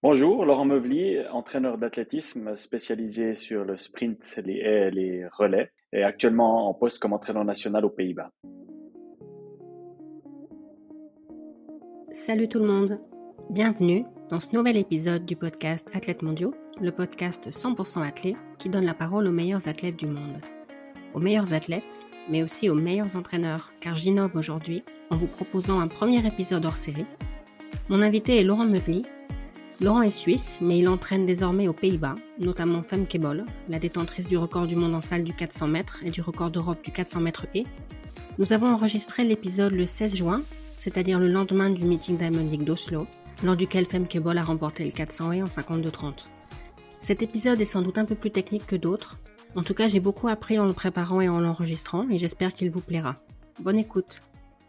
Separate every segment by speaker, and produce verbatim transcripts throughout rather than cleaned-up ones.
Speaker 1: Bonjour, Laurent Meuvely, entraîneur d'athlétisme spécialisé sur le sprint, les haies et les relais, et actuellement en poste comme entraîneur national aux Pays-Bas.
Speaker 2: Salut tout le monde, bienvenue dans ce nouvel épisode du podcast Athlètes mondiaux, le podcast cent pour cent athlètes qui donne la parole aux meilleurs athlètes du monde. Aux meilleurs athlètes, mais aussi aux meilleurs entraîneurs, car j'innove aujourd'hui en vous proposant un premier épisode hors série. Mon invité est Laurent Meuvely. Laurent est suisse, mais il entraîne désormais aux Pays-Bas, notamment Femke Bol, la détentrice du record du monde en salle du quatre cents mètres et du record d'Europe du quatre cents mètres haies. Nous avons enregistré l'épisode le seize juin, c'est-à-dire le lendemain du meeting Diamond League d'Oslo, lors duquel Femke Bol a remporté le quatre cents haies en cinquante-deux trente. Cet épisode est sans doute un peu plus technique que d'autres. En tout cas, j'ai beaucoup appris en le préparant et en l'enregistrant, et j'espère qu'il vous plaira. Bonne écoute.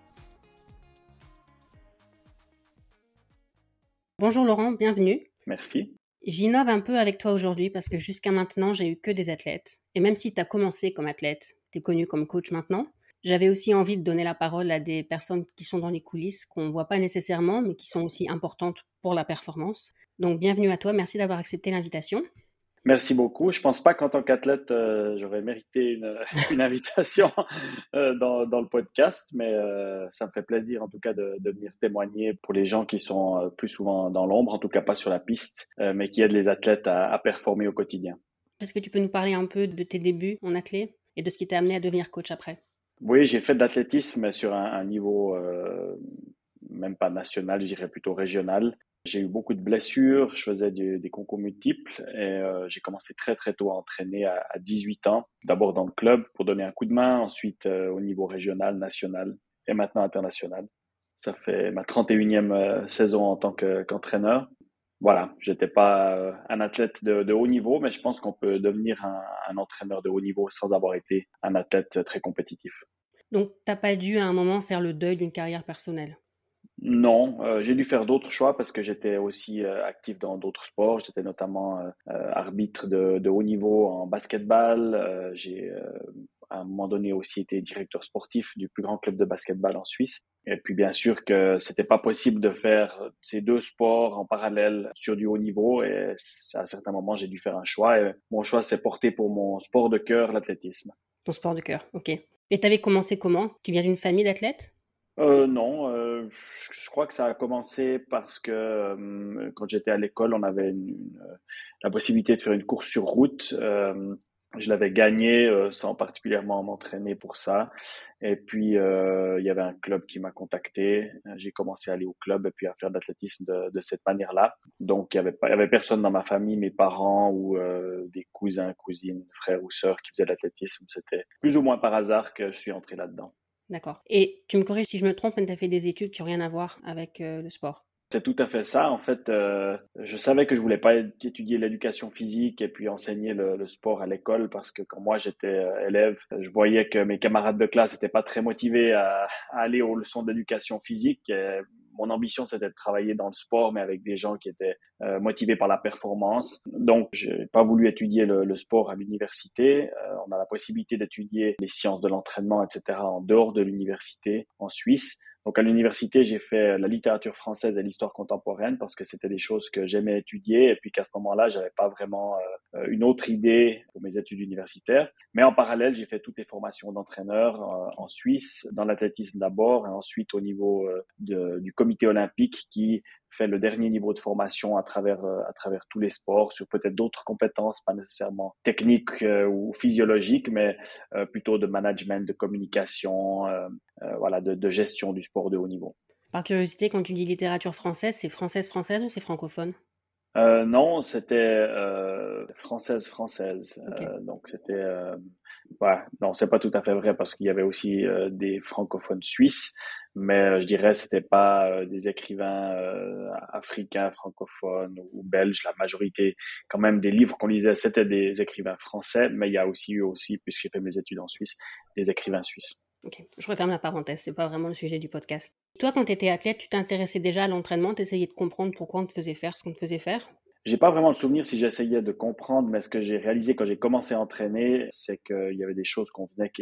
Speaker 2: Bonjour Laurent, bienvenue.
Speaker 1: Merci.
Speaker 2: J'innove un peu avec toi aujourd'hui parce que jusqu'à maintenant, j'ai eu que des athlètes. Et même si tu as commencé comme athlète, tu es connu comme coach maintenant, j'avais aussi envie de donner la parole à des personnes qui sont dans les coulisses, qu'on ne voit pas nécessairement, mais qui sont aussi importantes pour la performance. Donc bienvenue à toi, merci d'avoir accepté l'invitation.
Speaker 1: Merci beaucoup. Je pense pas qu'en tant qu'athlète, euh, j'aurais mérité une, une invitation euh, dans, dans le podcast, mais euh, ça me fait plaisir en tout cas de, de venir témoigner pour les gens qui sont euh, plus souvent dans l'ombre, en tout cas pas sur la piste, euh, mais qui aident les athlètes à, à performer au quotidien.
Speaker 2: Est-ce que tu peux nous parler un peu de tes débuts en athlète et de ce qui t'a amené à devenir coach après?
Speaker 1: Oui, j'ai fait de l'athlétisme sur un, un niveau euh, même pas national, je dirais plutôt régional. J'ai eu beaucoup de blessures, je faisais du, des concours multiples et euh, j'ai commencé très très tôt à entraîner à, à dix-huit ans. D'abord dans le club pour donner un coup de main, ensuite euh, au niveau régional, national et maintenant international. Ça fait ma trente et unième euh, saison en tant que, qu'entraîneur. Voilà, j'étais pas euh, un athlète de, de haut niveau, mais je pense qu'on peut devenir un, un entraîneur de haut niveau sans avoir été un athlète très compétitif.
Speaker 2: Donc, t'as pas dû à un moment faire le deuil d'une carrière personnelle?
Speaker 1: Non, euh, j'ai dû faire d'autres choix parce que j'étais aussi euh, actif dans d'autres sports. J'étais notamment euh, euh, arbitre de, de haut niveau en basketball. Euh, j'ai euh, à un moment donné aussi été directeur sportif du plus grand club de basketball en Suisse. Et puis bien sûr que c'était pas possible de faire ces deux sports en parallèle sur du haut niveau. Et à certains moments, j'ai dû faire un choix. Et mon choix s'est porté pour mon sport de cœur, l'athlétisme.
Speaker 2: Ton sport de cœur, ok. Et t'avais commencé comment? Tu viens d'une famille d'athlètes?
Speaker 1: Euh, non, euh, je, je crois que ça a commencé parce que euh, quand j'étais à l'école, on avait une, une, euh, la possibilité de faire une course sur route. Euh, je l'avais gagnée euh, sans particulièrement m'entraîner pour ça. Et puis, euh, il y avait un club qui m'a contacté. J'ai commencé à aller au club et puis à faire de l'athlétisme de, de cette manière-là. Donc, il y avait pas, il y avait personne dans ma famille, mes parents ou euh, des cousins, cousines, frères ou sœurs qui faisaient de l'athlétisme. C'était plus ou moins par hasard que je suis entré là-dedans.
Speaker 2: D'accord. Et tu me corriges si je me trompe, mais tu as fait des études qui n'ont rien à voir avec euh, le sport.
Speaker 1: C'est tout à fait ça. En fait, euh, je savais que je voulais pas étudier l'éducation physique et puis enseigner le, le sport à l'école parce que quand moi j'étais euh, élève, je voyais que mes camarades de classe n'étaient pas très motivés à, à aller aux leçons d'éducation physique. Et mon ambition, c'était de travailler dans le sport, mais avec des gens qui étaient euh, motivés par la performance. Donc, j'ai pas voulu étudier le, le sport à l'université. Euh, on a la possibilité d'étudier les sciences de l'entraînement, et cetera, en dehors de l'université, en Suisse. Donc à l'université, j'ai fait la littérature française et l'histoire contemporaine parce que c'était des choses que j'aimais étudier et puis qu'à ce moment-là, j'avais pas vraiment euh, une autre idée pour mes études universitaires. Mais en parallèle, j'ai fait toutes les formations d'entraîneur euh, en Suisse, dans l'athlétisme d'abord et ensuite au niveau euh, de, du comité olympique qui fait le dernier niveau de formation à travers euh, à travers tous les sports sur peut-être d'autres compétences, pas nécessairement techniques euh, ou physiologiques, mais euh, plutôt de management, de communication, euh, euh, voilà, de, de gestion du sport de haut niveau.
Speaker 2: Par curiosité, quand tu dis littérature française, c'est française-française ou c'est francophone?
Speaker 1: Euh, non, c'était euh, française française.
Speaker 2: Ok.
Speaker 1: Euh, donc c'était euh, ouais, non, c'est pas tout à fait vrai parce qu'il y avait aussi euh, des francophones suisses, mais euh, je dirais c'était pas euh, des écrivains euh, africains francophones ou belges. La majorité, quand même, des livres qu'on lisait, c'était des écrivains français, mais il y a aussi eu aussi, puisque j'ai fait mes études en Suisse, des écrivains suisses.
Speaker 2: Ok, je referme la parenthèse, c'est pas vraiment le sujet du podcast. Toi, quand tu étais athlète, tu t'intéressais déjà à l'entraînement, tu essayais de comprendre pourquoi on te faisait faire ce qu'on te faisait faire?
Speaker 1: J'ai pas vraiment le souvenir si j'essayais de comprendre, mais ce que j'ai réalisé quand j'ai commencé à entraîner, c'est qu'il y avait des choses qu'on venait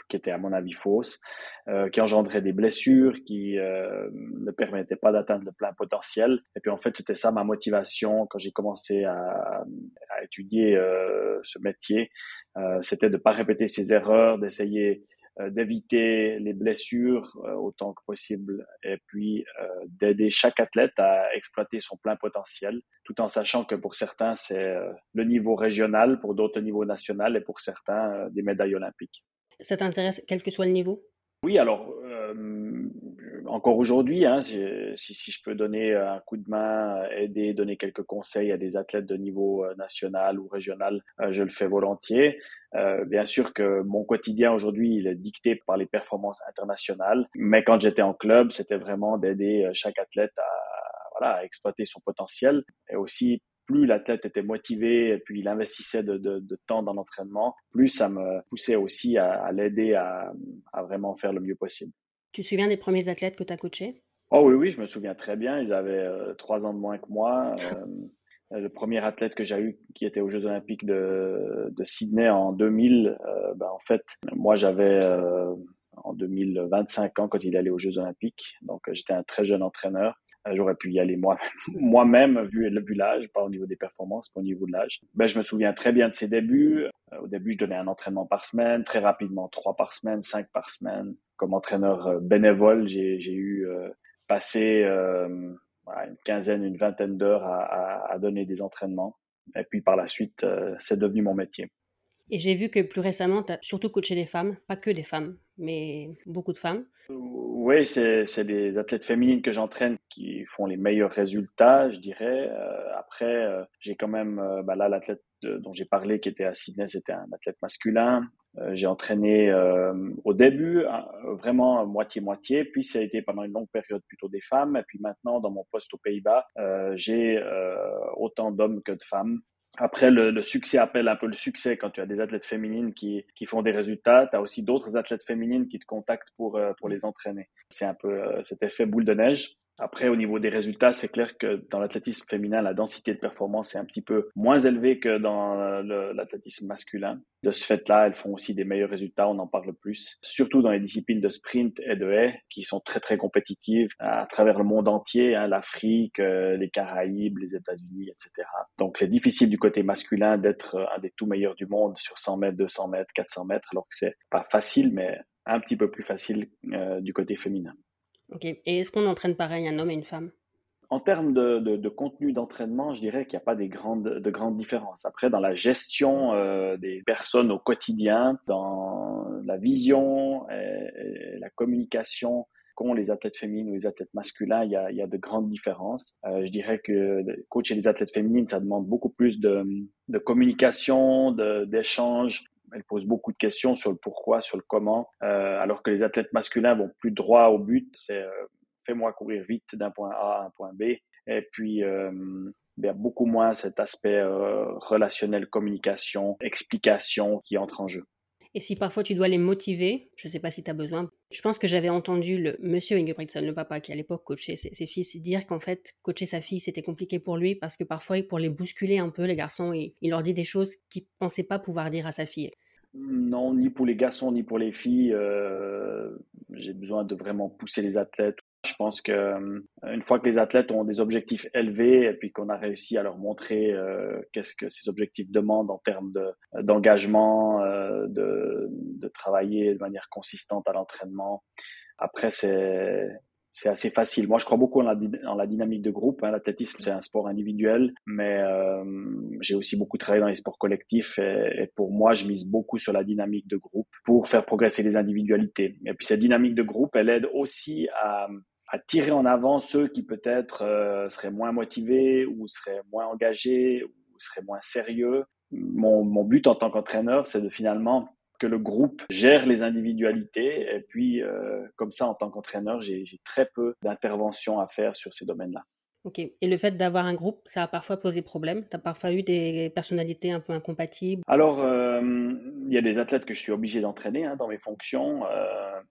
Speaker 1: qui étaient à mon avis fausses, euh, qui engendraient des blessures, qui euh, ne permettaient pas d'atteindre le plein potentiel. Et puis en fait, c'était ça ma motivation quand j'ai commencé à, à étudier euh, ce métier. Euh, c'était de ne pas répéter ces erreurs, d'essayer euh, d'éviter les blessures euh, autant que possible et puis euh, d'aider chaque athlète à exploiter son plein potentiel, tout en sachant que pour certains, c'est euh, le niveau régional, pour d'autres, le niveau national et pour certains, euh, des médailles olympiques.
Speaker 2: Ça t'intéresse quel que soit le niveau?
Speaker 1: Oui, alors, euh, encore aujourd'hui, hein, si, si, si je peux donner un coup de main, aider, donner quelques conseils à des athlètes de niveau euh, national ou régional, euh, je le fais volontiers. Euh, bien sûr que mon quotidien aujourd'hui, il est dicté par les performances internationales, mais quand j'étais en club, c'était vraiment d'aider chaque athlète à, voilà, à exploiter son potentiel et aussi plus l'athlète était motivé et puis il investissait de, de, de temps dans l'entraînement, plus ça me poussait aussi à, à l'aider à, à vraiment faire le mieux possible.
Speaker 2: Tu te souviens des premiers athlètes que tu as coachés?
Speaker 1: Oh oui, oui, je me souviens très bien. Ils avaient euh, trois ans de moins que moi. Euh, le premier athlète que j'ai eu qui était aux Jeux Olympiques de, de Sydney en deux mille, euh, ben, en fait, moi j'avais euh, en deux mille vingt-cinq ans quand il allait aux Jeux Olympiques. Donc j'étais un très jeune entraîneur. J'aurais pu y aller moi, moi-même, vu, vu l'âge, pas au niveau des performances, pas au niveau de l'âge. Ben, je me souviens très bien de ses débuts. Au début, je donnais un entraînement par semaine, très rapidement, trois par semaine, cinq par semaine. Comme entraîneur bénévole, j'ai, j'ai eu euh, passé euh, une quinzaine, une vingtaine d'heures à, à, à donner des entraînements. Et puis par la suite, euh, c'est devenu mon métier.
Speaker 2: Et j'ai vu que plus récemment, tu as surtout coaché des femmes, pas que des femmes, mais beaucoup de femmes.
Speaker 1: Oui, c'est, c'est des athlètes féminines que j'entraîne qui font les meilleurs résultats, je dirais. Euh, après, euh, j'ai quand même, euh, bah là, l'athlète de, dont j'ai parlé qui était à Sydney, c'était un athlète masculin. Euh, j'ai entraîné euh, au début hein, vraiment moitié-moitié, puis ça a été pendant une longue période plutôt des femmes. Et puis maintenant, dans mon poste aux Pays-Bas, euh, j'ai euh, autant d'hommes que de femmes. Après, le, le succès appelle un peu le succès quand tu as des athlètes féminines qui, qui font des résultats. Tu as aussi d'autres athlètes féminines qui te contactent pour, pour les entraîner. C'est un peu euh, cet effet boule de neige. Après, au niveau des résultats, c'est clair que dans l'athlétisme féminin, la densité de performance est un petit peu moins élevée que dans le, l'athlétisme masculin. De ce fait-là, elles font aussi des meilleurs résultats, on en parle plus, surtout dans les disciplines de sprint et de haie, qui sont très, très compétitives à travers le monde entier, hein, l'Afrique, euh, les Caraïbes, les États-Unis, et cetera. Donc, c'est difficile du côté masculin d'être un des tout meilleurs du monde sur cent mètres, deux cents mètres, quatre cents mètres, alors que c'est pas facile, mais un petit peu plus facile euh, du côté féminin.
Speaker 2: Ok. Et est-ce qu'on entraîne pareil un homme et une femme?
Speaker 1: En termes de, de, de contenu d'entraînement, je dirais qu'il n'y a pas des grandes, de grandes différences. Après, dans la gestion euh, des personnes au quotidien, dans la vision et, et la communication qu'ont les athlètes féminines ou les athlètes masculins, il y a, il y a de grandes différences. Euh, je dirais que coacher les athlètes féminines, ça demande beaucoup plus de, de communication, de, d'échanges. Elle pose beaucoup de questions sur le pourquoi, sur le comment, euh, alors que les athlètes masculins vont plus droit au but. C'est euh, fais-moi courir vite d'un point A à un point B. Et puis, euh, il y a beaucoup moins cet aspect euh, relationnel, communication, explication qui entre en jeu.
Speaker 2: Et si parfois tu dois les motiver, je ne sais pas si tu as besoin. Je pense que j'avais entendu le monsieur Ingebrigtsen, le papa qui à l'époque coachait ses, ses fils, dire qu'en fait, coacher sa fille, c'était compliqué pour lui parce que parfois, pour les bousculer un peu, les garçons, il, il leur dit des choses qu'il ne pensait pas pouvoir dire à sa fille.
Speaker 1: Non, ni pour les garçons, ni pour les filles. Euh, j'ai besoin de vraiment pousser les athlètes. Je pense que euh, une fois que les athlètes ont des objectifs élevés et puis qu'on a réussi à leur montrer euh, qu'est-ce que ces objectifs demandent en termes de, d'engagement, euh, de, de travailler de manière consistante à l'entraînement, après c'est c'est assez facile. Moi, je crois beaucoup en la, en la dynamique de groupe. Hein. L'athlétisme, c'est un sport individuel, mais euh, j'ai aussi beaucoup travaillé dans les sports collectifs et, et pour moi, je mise beaucoup sur la dynamique de groupe pour faire progresser les individualités. Et puis cette dynamique de groupe, elle aide aussi à à tirer en avant ceux qui peut-être euh, seraient moins motivés ou seraient moins engagés ou seraient moins sérieux. Mon, mon but en tant qu'entraîneur, c'est de finalement que le groupe gère les individualités et puis euh, comme ça, en tant qu'entraîneur, j'ai, j'ai très peu d'interventions à faire sur ces domaines-là.
Speaker 2: Ok. Et le fait d'avoir un groupe, ça a parfois posé problème? Tu as parfois eu des personnalités un peu incompatibles?
Speaker 1: Alors, euh, il y a des athlètes que je suis obligé d'entraîner hein, dans mes fonctions. Euh,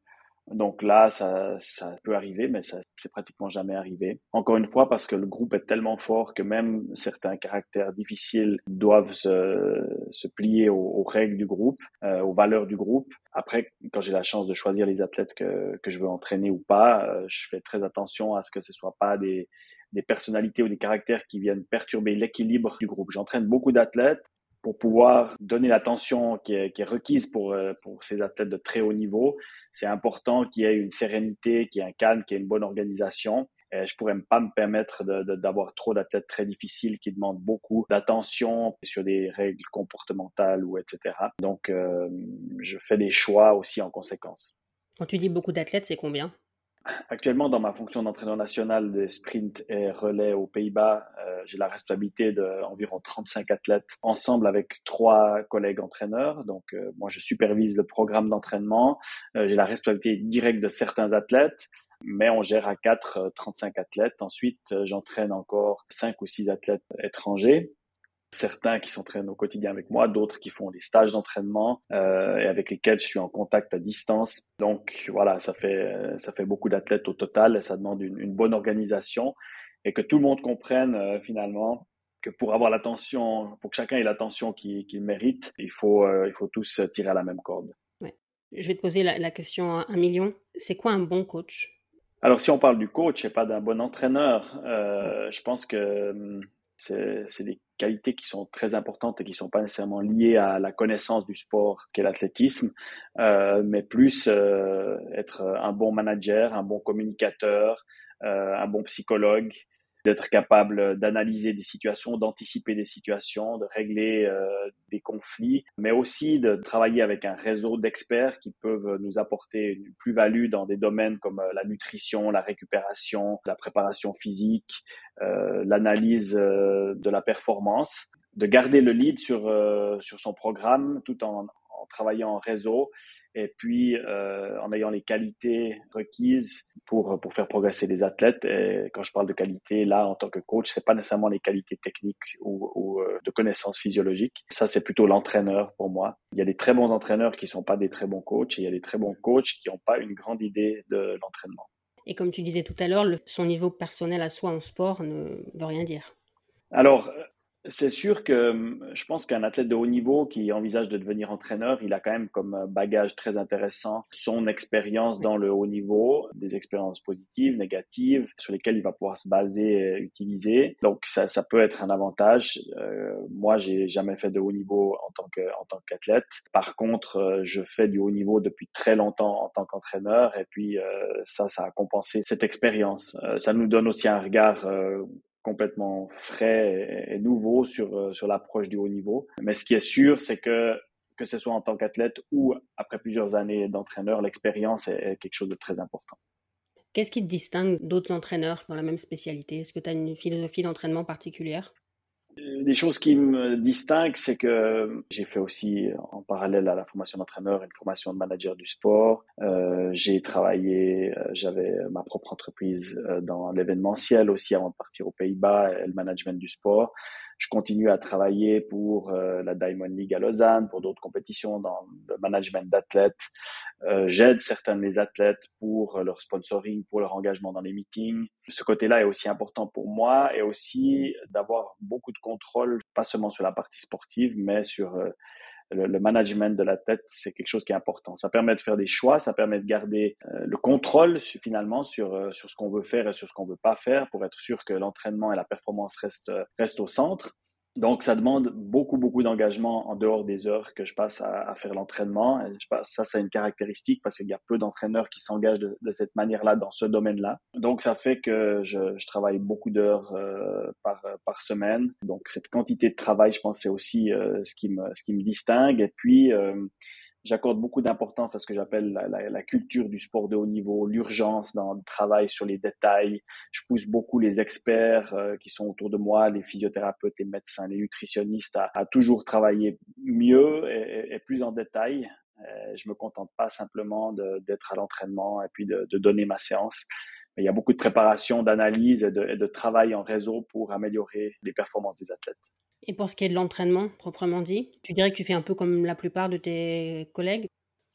Speaker 1: Donc là, ça, ça peut arriver, mais ça c'est pratiquement jamais arrivé. Encore une fois, parce que le groupe est tellement fort que même certains caractères difficiles doivent se, se plier aux, aux règles du groupe, euh, aux valeurs du groupe. Après, quand j'ai la chance de choisir les athlètes que, que je veux entraîner ou pas, euh, je fais très attention à ce que ce soit pas des, des personnalités ou des caractères qui viennent perturber l'équilibre du groupe. J'entraîne beaucoup d'athlètes pour pouvoir donner l'attention qui est, qui est requise pour, pour ces athlètes de très haut niveau. C'est important qu'il y ait une sérénité, qu'il y ait un calme, qu'il y ait une bonne organisation. Et je pourrais pas me permettre de, de, d'avoir trop d'athlètes très difficiles qui demandent beaucoup d'attention sur des règles comportementales ou et cetera. Donc, euh, je fais des choix aussi en conséquence.
Speaker 2: Quand tu dis beaucoup d'athlètes, c'est combien?
Speaker 1: Actuellement, dans ma fonction d'entraîneur national de sprint et relais aux Pays-Bas, euh, j'ai la responsabilité d'environ trente-cinq athlètes ensemble avec trois collègues entraîneurs. Donc, euh, moi, je supervise le programme d'entraînement. Euh, j'ai la responsabilité directe de certains athlètes, mais on gère à quatre euh, trente-cinq athlètes. Ensuite, euh, j'entraîne encore cinq ou six athlètes étrangers. Certains qui s'entraînent au quotidien avec moi, d'autres qui font des stages d'entraînement euh, et avec lesquels je suis en contact à distance. Donc voilà, ça fait ça fait beaucoup d'athlètes au total et ça demande une, une bonne organisation et que tout le monde comprenne euh, finalement que pour avoir l'attention, pour que chacun ait l'attention qu'il, qu'il mérite, il faut euh, il faut tous tirer à la même corde.
Speaker 2: Ouais. Je vais te poser la, la question à un million. C'est quoi un bon coach?
Speaker 1: Alors si on parle du coach et pas d'un bon entraîneur,
Speaker 2: Ouais.
Speaker 1: euh, je pense que hum, c'est, c'est des qualités qui sont très importantes et qui sont pas nécessairement liées à la connaissance du sport qu'est l'athlétisme, euh, mais plus euh, être un bon manager, un bon communicateur, euh, un bon psychologue, d'être capable d'analyser des situations, d'anticiper des situations, de régler euh, des conflits, mais aussi de travailler avec un réseau d'experts qui peuvent nous apporter une plus-value dans des domaines comme la nutrition, la récupération, la préparation physique, euh, l'analyse euh, de la performance, de garder le lead sur, euh, sur son programme tout en, en travaillant en réseau et puis euh, en ayant les qualités requises pour, pour faire progresser les athlètes. Et quand je parle de qualité, là, en tant que coach, c'est pas nécessairement les qualités techniques ou, ou euh, de connaissances physiologiques. Ça, c'est plutôt l'entraîneur pour moi. Il y a des très bons entraîneurs qui sont pas des très bons coachs et il y a des très bons coachs qui n'ont pas une grande idée de l'entraînement.
Speaker 2: Et comme tu disais tout à l'heure, le- son niveau personnel à soi en sport ne veut rien dire.
Speaker 1: Alors, c'est sûr que je pense qu'un athlète de haut niveau qui envisage de devenir entraîneur, il a quand même comme bagage très intéressant son expérience
Speaker 2: Ouais.
Speaker 1: dans le haut niveau, des expériences positives, négatives, sur lesquelles il va pouvoir se baser et utiliser. Donc, ça, ça peut être un avantage. Euh, moi, j'ai jamais fait de haut niveau en tant que, en tant qu'athlète. Par contre, je fais du haut niveau depuis très longtemps en tant qu'entraîneur et puis euh, ça, ça a compensé cette expérience. Euh, ça nous donne aussi un regard euh, complètement frais et nouveau sur, sur l'approche du haut niveau. Mais ce qui est sûr, c'est que que ce soit en tant qu'athlète ou après plusieurs années d'entraîneur, l'expérience est, est quelque chose de très important.
Speaker 2: Qu'est-ce qui te distingue d'autres entraîneurs dans la même spécialité? Est-ce que tu as une philosophie d'entraînement particulière?
Speaker 1: Des choses qui me distinguent, c'est que j'ai fait aussi en parallèle à la formation d'entraîneur une formation de manager du sport. Euh, j'ai travaillé, j'avais ma propre entreprise dans l'événementiel aussi avant de partir aux Pays-Bas et le management du sport. Je continue à travailler pour euh, la Diamond League à Lausanne, pour d'autres compétitions dans le management d'athlètes. Euh, j'aide certains de mes athlètes pour leur sponsoring, pour leur engagement dans les meetings. Ce côté-là est aussi important pour moi et aussi d'avoir beaucoup de contrôle, pas seulement sur la partie sportive, mais sur euh, le, le management de l'athlète. C'est quelque chose qui est important. Ça permet de faire des choix, ça permet de garder euh, le contrôle finalement sur, euh, sur ce qu'on veut faire et sur ce qu'on veut pas faire pour être sûr que l'entraînement et la performance restent, restent au centre. Donc, ça demande beaucoup, beaucoup d'engagement en dehors des heures que je passe à, à faire l'entraînement. Et je pense, ça, c'est une caractéristique parce qu'il y a peu d'entraîneurs qui s'engagent de, de cette manière-là dans ce domaine-là. Donc, ça fait que je, je travaille beaucoup d'heures euh, par, par semaine. Donc, cette quantité de travail, je pense, c'est aussi euh, ce qui me, ce qui me distingue. Et puis, euh, j'accorde beaucoup d'importance à ce que j'appelle la, la, la culture du sport de haut niveau, l'urgence dans le travail sur les détails. Je pousse beaucoup les experts euh, qui sont autour de moi, les physiothérapeutes, les médecins, les nutritionnistes à, à toujours travailler mieux et, et plus en détail. Euh, je me contente pas simplement de, d'être à l'entraînement et puis de, de donner ma séance. Mais il y a beaucoup de préparation, d'analyse et de, et de travail en réseau pour améliorer les performances des athlètes.
Speaker 2: Et pour ce qui est de l'entraînement, proprement dit, tu dirais que tu fais un peu comme la plupart de tes collègues?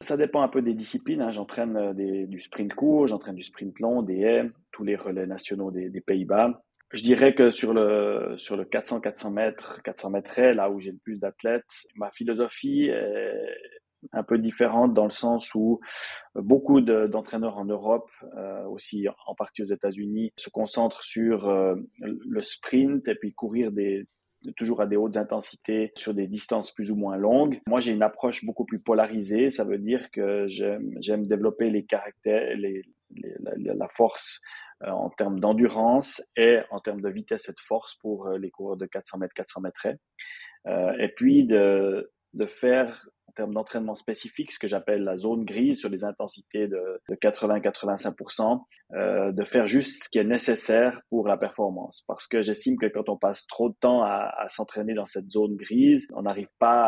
Speaker 1: Ça dépend un peu des disciplines, hein. J'entraîne euh, des- du sprint court, j'entraîne du sprint long, des haies, tous les relais nationaux des, des Pays-Bas. Je dirais que sur le, sur le quatre cents quatre cents mètres, quatre cents mètres haies, là où j'ai le plus d'athlètes, ma philosophie est un peu différente dans le sens où beaucoup de, d'entraîneurs en Europe, euh, aussi en partie aux États-Unis, se concentrent sur euh, le sprint et puis courir des, toujours à des hautes intensités sur des distances plus ou moins longues. Moi, j'ai une approche beaucoup plus polarisée. Ça veut dire que j'aime, j'aime développer les caractères, les, les, la, la force euh, en termes d'endurance et en termes de vitesse et de force pour euh, les coureurs de quatre cents mètres, quatre cents mètres. Euh, et puis de, de faire en termes d'entraînement spécifique ce que j'appelle la zone grise sur les intensités de, de quatre-vingts à quatre-vingt-cinq pour cent, euh, de faire juste ce qui est nécessaire pour la performance. Parce que j'estime que quand on passe trop de temps à, à s'entraîner dans cette zone grise, on n'arrive pas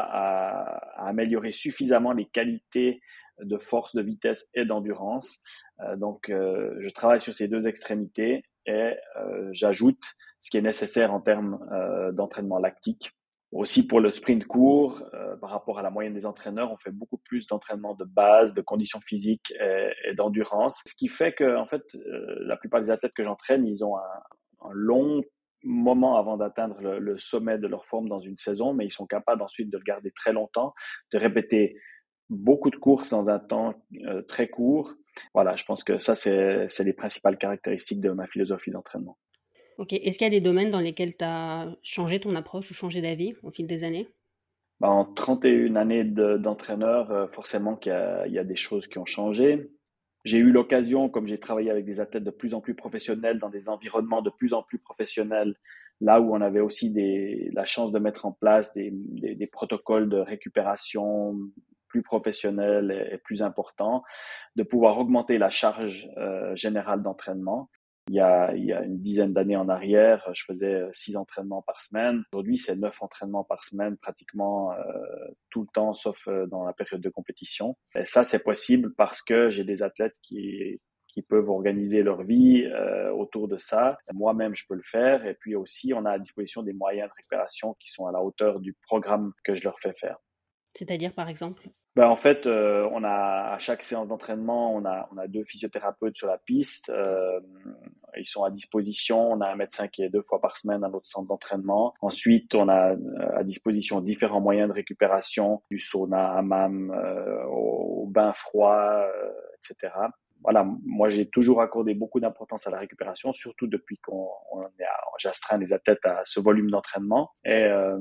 Speaker 1: à, à améliorer suffisamment les qualités de force, de vitesse et d'endurance. Euh, donc, euh, je travaille sur ces deux extrémités et euh, j'ajoute ce qui est nécessaire en termes euh, d'entraînement lactique. Aussi pour le sprint court, euh, par rapport à la moyenne des entraîneurs, on fait beaucoup plus d'entraînement de base, de conditions physiques et, et d'endurance. Ce qui fait que, en fait, euh, la plupart des athlètes que j'entraîne, ils ont un, un long moment avant d'atteindre le, le sommet de leur forme dans une saison, mais ils sont capables ensuite de le garder très longtemps, de répéter beaucoup de courses dans un temps euh, très court. Voilà, je pense que ça, c'est, c'est les principales caractéristiques de ma philosophie d'entraînement.
Speaker 2: Ok, est-ce qu'il y a des domaines dans lesquels tu as changé ton approche ou changé d'avis au fil des années?
Speaker 1: Bah, en trente et une années de, d'entraîneur, euh, forcément qu'il y a, il y a des choses qui ont changé. J'ai eu l'occasion, comme j'ai travaillé avec des athlètes de plus en plus professionnels, dans des environnements de plus en plus professionnels, là où on avait aussi des, la chance de mettre en place des, des, des protocoles de récupération plus professionnels et, et plus importants, de pouvoir augmenter la charge euh, générale d'entraînement. Il y a, il y a une dizaine d'années en arrière, je faisais six entraînements par semaine. Aujourd'hui, c'est neuf entraînements par semaine, pratiquement euh, tout le temps, sauf euh, dans la période de compétition. Et ça, c'est possible parce que j'ai des athlètes qui qui peuvent organiser leur vie euh, autour de ça. Moi-même, je peux le faire. Et puis aussi, on a à disposition des moyens de récupération qui sont à la hauteur du programme que je leur fais faire.
Speaker 2: C'est-à-dire, par exemple?
Speaker 1: Ben, en fait, euh, on a à chaque séance d'entraînement, on a on a deux physiothérapeutes sur la piste. Euh, ils sont à disposition. On a un médecin qui est deux fois par semaine à notre centre d'entraînement. Ensuite, on a à disposition différents moyens de récupération, du sauna, hammam, euh, au bain froid, euh, et cetera. Voilà, moi j'ai toujours accordé beaucoup d'importance à la récupération, surtout depuis qu'on on est à, j'astreins les athlètes à ce volume d'entraînement. Et euh,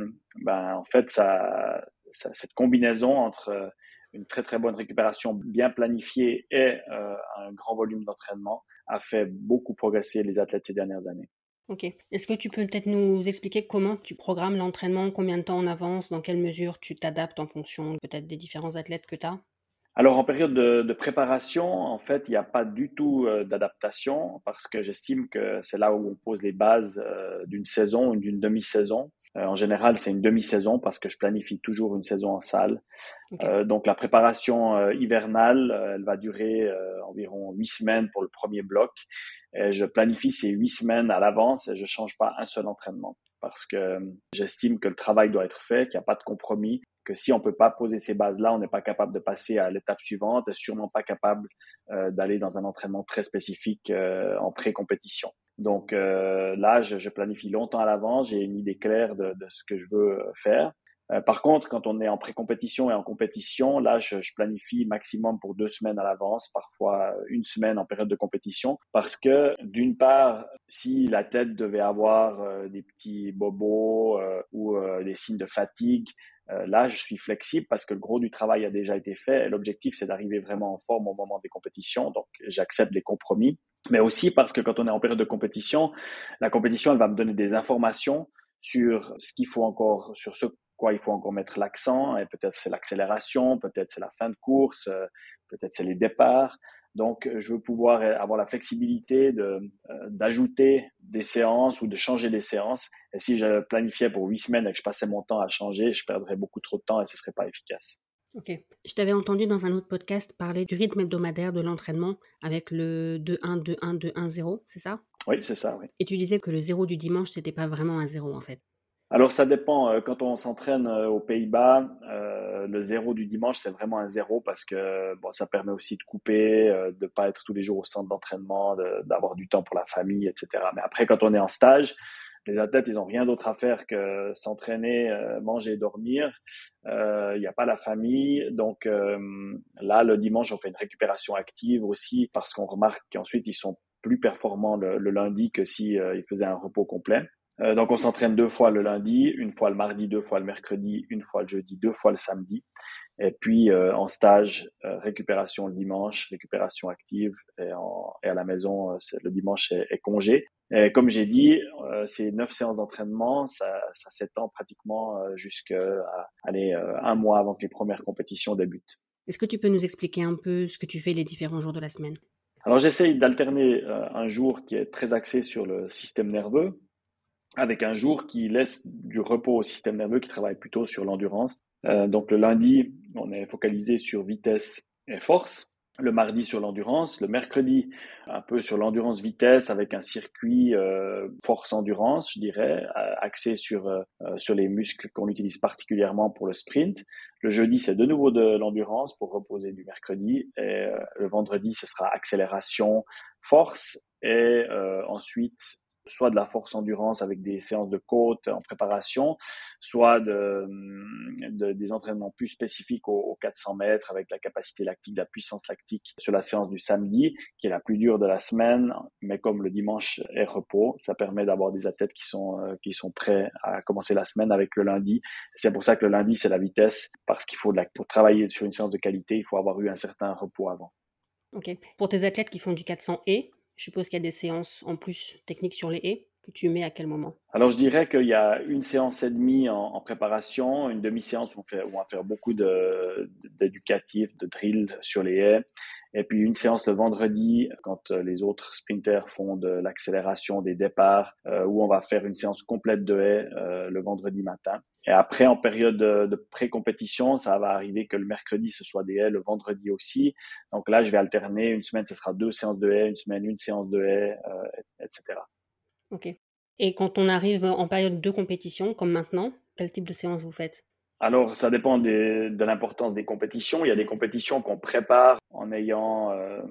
Speaker 1: ben en fait, ça cette combinaison entre une très très bonne récupération bien planifiée et euh, un grand volume d'entraînement a fait beaucoup progresser les athlètes ces dernières années.
Speaker 2: Ok. Est-ce que tu peux peut-être nous expliquer comment tu programmes l'entraînement, combien de temps en avance, dans quelle mesure tu t'adaptes en fonction peut-être des différents athlètes que tu as?
Speaker 1: Alors en période de, de préparation, en fait, il n'y a pas du tout euh, d'adaptation parce que j'estime que c'est là où on pose les bases euh, d'une saison ou d'une demi-saison. Euh, en général, c'est une demi-saison parce que je planifie toujours une saison en salle.
Speaker 2: Ok.
Speaker 1: Euh, donc la préparation euh, hivernale, euh, elle va durer euh, environ huit semaines pour le premier bloc. Et je planifie ces huit semaines à l'avance et je change pas un seul entraînement parce que euh, j'estime que le travail doit être fait, qu'il n'y a pas de compromis, que si on peut pas poser ces bases-là, on n'est pas capable de passer à l'étape suivante et sûrement pas capable euh, d'aller dans un entraînement très spécifique euh, en pré-compétition. Donc euh, là, je, je planifie longtemps à l'avance, j'ai une idée claire de, de ce que je veux faire. Euh, par contre, quand on est en pré-compétition et en compétition, là, je, je planifie maximum pour deux semaines à l'avance, parfois une semaine en période de compétition, parce que d'une part, si la tête devait avoir euh, des petits bobos euh, ou euh, des signes de fatigue, euh, là, je suis flexible parce que le gros du travail a déjà été fait. Et l'objectif, c'est d'arriver vraiment en forme au moment des compétitions, donc j'accepte les compromis. Mais aussi parce que quand on est en période de compétition, la compétition, elle va me donner des informations sur ce qu'il faut encore, sur ce quoi il faut encore mettre l'accent, et peut-être c'est l'accélération, peut-être c'est la fin de course, euh, peut-être c'est les départs. Donc, je veux pouvoir avoir la flexibilité de, euh, d'ajouter des séances ou de changer des séances. Et si je planifiais pour huit semaines et que je passais mon temps à changer, je perdrais beaucoup trop de temps et ce serait pas efficace.
Speaker 2: Ok. Je t'avais entendu dans un autre podcast parler du rythme hebdomadaire de l'entraînement avec le deux un, deux un, deux un, zéro, c'est ça?
Speaker 1: Oui, c'est ça, oui.
Speaker 2: Et tu disais que le zéro du dimanche, c'était pas vraiment un zéro en fait.
Speaker 1: Alors ça dépend. euh, Quand on s'entraîne euh, aux Pays-Bas, euh, le zéro du dimanche, c'est vraiment un zéro parce que bon, ça permet aussi de couper, euh, de pas être tous les jours au centre d'entraînement, de- d'avoir du temps pour la famille, et cetera. Mais après, quand on est en stage, les athlètes, ils ont rien d'autre à faire que s'entraîner, euh, manger, dormir. Euh, Il n'y a pas la famille, donc euh, là, le dimanche, on fait une récupération active aussi parce qu'on remarque qu'ensuite ils sont plus performants le, le lundi que si euh, ils faisaient un repos complet. Euh, donc on s'entraîne deux fois le lundi, une fois le mardi, deux fois le mercredi, une fois le jeudi, deux fois le samedi. Et puis euh, en stage, euh, récupération le dimanche, récupération active. Et, en, et à la maison, euh, c'est, le dimanche est, est congé. Et comme j'ai dit, euh, c'est neuf séances d'entraînement, ça, ça s'étend pratiquement euh, jusqu'à aller euh, un mois avant que les premières compétitions débutent.
Speaker 2: Est-ce que tu peux nous expliquer un peu ce que tu fais les différents jours de la semaine?
Speaker 1: Alors j'essaye d'alterner euh, un jour qui est très axé sur le système nerveux, avec un jour qui laisse du repos au système nerveux, qui travaille plutôt sur l'endurance. Euh, donc le lundi, on est focalisé sur vitesse et force. Le mardi sur l'endurance, le mercredi un peu sur l'endurance-vitesse avec un circuit euh, force-endurance, je dirais, axé sur, euh, sur les muscles qu'on utilise particulièrement pour le sprint. Le jeudi, c'est de nouveau de l'endurance pour reposer du mercredi. Et euh, le vendredi, ce sera accélération, force. Et euh, ensuite, soit de la force endurance avec des séances de côte en préparation, soit de, de, des entraînements plus spécifiques aux, aux quatre cents mètres avec la capacité lactique, la puissance lactique sur la séance du samedi, qui est la plus dure de la semaine, mais comme le dimanche est repos, ça permet d'avoir des athlètes qui sont, euh, qui sont prêts à commencer la semaine avec le lundi. C'est pour ça que le lundi, c'est la vitesse, parce qu'il faut, de la, pour travailler sur une séance de qualité, il faut avoir eu un certain repos avant.
Speaker 2: Ok. Pour tes athlètes qui font du quatre cents haies, je suppose qu'il y a des séances en plus techniques sur les haies que tu mets à quel moment?
Speaker 1: Alors, je dirais qu'il y a une séance et demie en, en préparation, une demi-séance où on, fait, où on va faire beaucoup de, d'éducatifs, de drills sur les haies. Et puis une séance le vendredi, quand les autres sprinters font de l'accélération des départs, euh, où on va faire une séance complète de haies euh, le vendredi matin. Et après, en période de, de pré-compétition, ça va arriver que le mercredi, ce soit des haies, le vendredi aussi. Donc là, je vais alterner. Une semaine, ce sera deux séances de haies, une semaine, une séance de haies, euh, et cetera.
Speaker 2: Ok. Et quand on arrive en période de compétition, comme maintenant, quel type de séance vous faites?
Speaker 1: Alors, ça dépend des, de l'importance des compétitions. Il y a des compétitions qu'on prépare en ayant euh,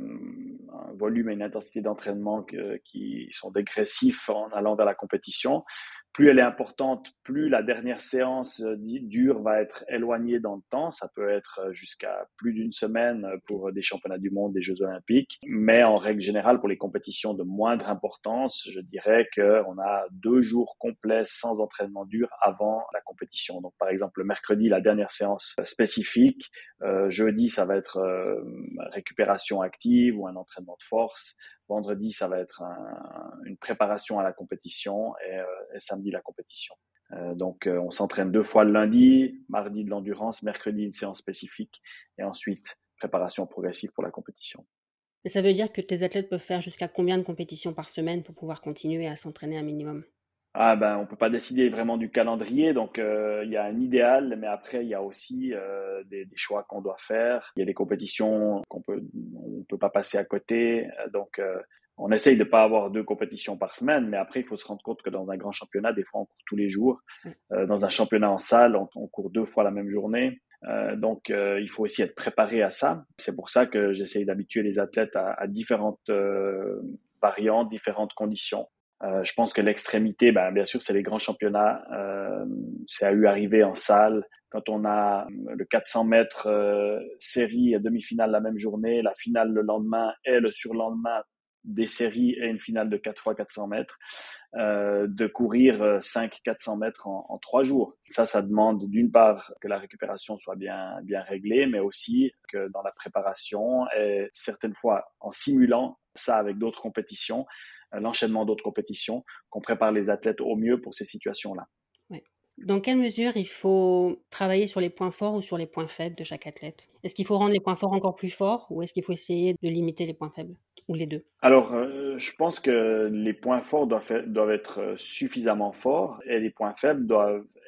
Speaker 1: un volume et une intensité d'entraînement que, qui sont dégressifs en allant vers la compétition. Plus elle est importante, plus la dernière séance dure va être éloignée dans le temps. Ça peut être jusqu'à plus d'une semaine pour des championnats du monde, des Jeux olympiques. Mais en règle générale, pour les compétitions de moindre importance, je dirais qu'on a deux jours complets sans entraînement dur avant la compétition. Donc, par exemple, le mercredi, la dernière séance spécifique. Euh, jeudi, ça va être euh, récupération active ou un entraînement de force. Vendredi, ça va être un, une préparation à la compétition et, euh, et samedi, la compétition. Euh, donc, euh, on s'entraîne deux fois le lundi, mardi de l'endurance, mercredi, une séance spécifique et ensuite, préparation progressive pour la compétition.
Speaker 2: Et ça veut dire que tes athlètes peuvent faire jusqu'à combien de compétitions par semaine pour pouvoir continuer à s'entraîner un minimum?
Speaker 1: Ah ben, on peut pas décider vraiment du calendrier, donc euh, il y a un idéal, mais après il y a aussi euh, des, des choix qu'on doit faire. Il y a des compétitions qu'on peut, on peut pas passer à côté, donc euh, on essaye de pas avoir deux compétitions par semaine, mais après il faut se rendre compte que dans un grand championnat, des fois on court tous les jours. Euh, dans un championnat en salle, on, on court deux fois la même journée. Euh, donc, euh, il faut aussi être préparé à ça. C'est pour ça que j'essaye d'habituer les athlètes à, à différentes euh, variantes, différentes conditions. Euh, je pense que l'extrémité, ben, bien sûr, c'est les grands championnats. Euh, c'est à eu arrivé en salle. Quand on a le quatre cents mètres euh, série et demi-finale la même journée, la finale le lendemain et le surlendemain des séries et une finale de quatre fois quatre cents mètres, euh, de courir cinq quatre cents mètres en, en trois jours. Ça, ça demande d'une part que la récupération soit bien, bien réglée, mais aussi que dans la préparation et certaines fois en simulant ça avec d'autres compétitions, l'enchaînement d'autres compétitions, qu'on prépare les athlètes au mieux pour ces situations-là.
Speaker 2: Ouais. Dans quelle mesure il faut travailler sur les points forts ou sur les points faibles de chaque athlète? Est-ce qu'il faut rendre les points forts encore plus forts ou est-ce qu'il faut essayer de limiter les points faibles? Ou les deux?
Speaker 1: Alors, euh, je pense que les points forts doivent, doivent être suffisamment forts et les points faibles doivent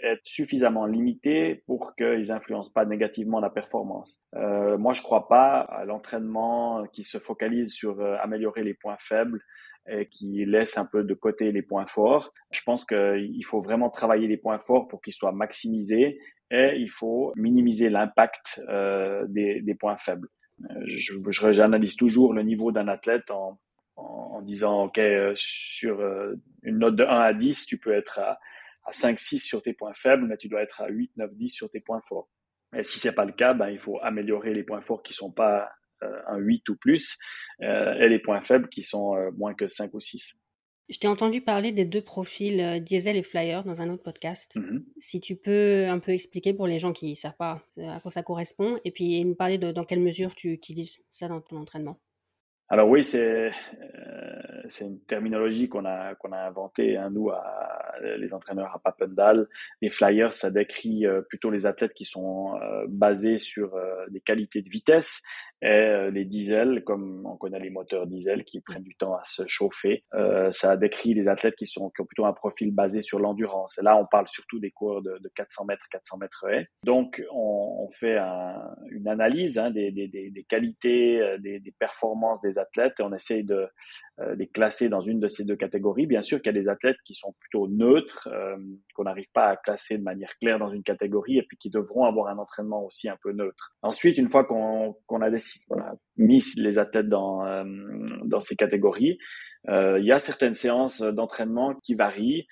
Speaker 1: être suffisamment limités pour qu'ils influencent pas négativement la performance. Euh, moi, je crois pas à l'entraînement qui se focalise sur euh, améliorer les points faibles et qui laisse un peu de côté les points forts. Je pense qu'il faut vraiment travailler les points forts pour qu'ils soient maximisés et il faut minimiser l'impact euh, des, des points faibles. Je, je, j'analyse toujours le niveau d'un athlète en, en, en disant, OK, euh, sur euh, une note de un à dix, tu peux être à, à cinq six sur tes points faibles, mais tu dois être à huit neuf dix sur tes points forts. Et si c'est pas le cas, ben, il faut améliorer les points forts qui sont pas euh, un huit ou plus euh, et les points faibles qui sont euh, moins que cinq ou six.
Speaker 2: Je t'ai entendu parler des deux profils euh, Diesel et Flyer dans un autre podcast.
Speaker 1: Mm-hmm.
Speaker 2: Si tu peux un peu expliquer pour les gens qui ne savent pas à quoi ça correspond et puis nous parler de dans quelle mesure tu utilises ça dans ton entraînement.
Speaker 1: Alors oui, c'est euh, c'est une terminologie qu'on a qu'on a inventée hein, nous à, les entraîneurs à Papendal. Les flyers, ça décrit euh, plutôt les athlètes qui sont euh, basés sur euh, des qualités de vitesse et euh, les diesels, comme on connaît les moteurs diesel qui prennent du temps à se chauffer. Euh, ça décrit les athlètes qui sont qui ont plutôt un profil basé sur l'endurance. Et là, on parle surtout des coureurs de, de quatre cents mètres, quatre cents mètres haies. Donc, on, on fait un, une analyse hein, des, des, des, des qualités, des, des performances des athlètes et on essaye de euh, les classer dans une de ces deux catégories. Bien sûr qu'il y a des athlètes qui sont plutôt neutres, euh, qu'on n'arrive pas à classer de manière claire dans une catégorie et puis qui devront avoir un entraînement aussi un peu neutre. Ensuite, une fois qu'on, qu'on a, décidé, qu'on a mis les athlètes dans, euh, dans ces catégories, euh, il y a certaines séances d'entraînement qui varient.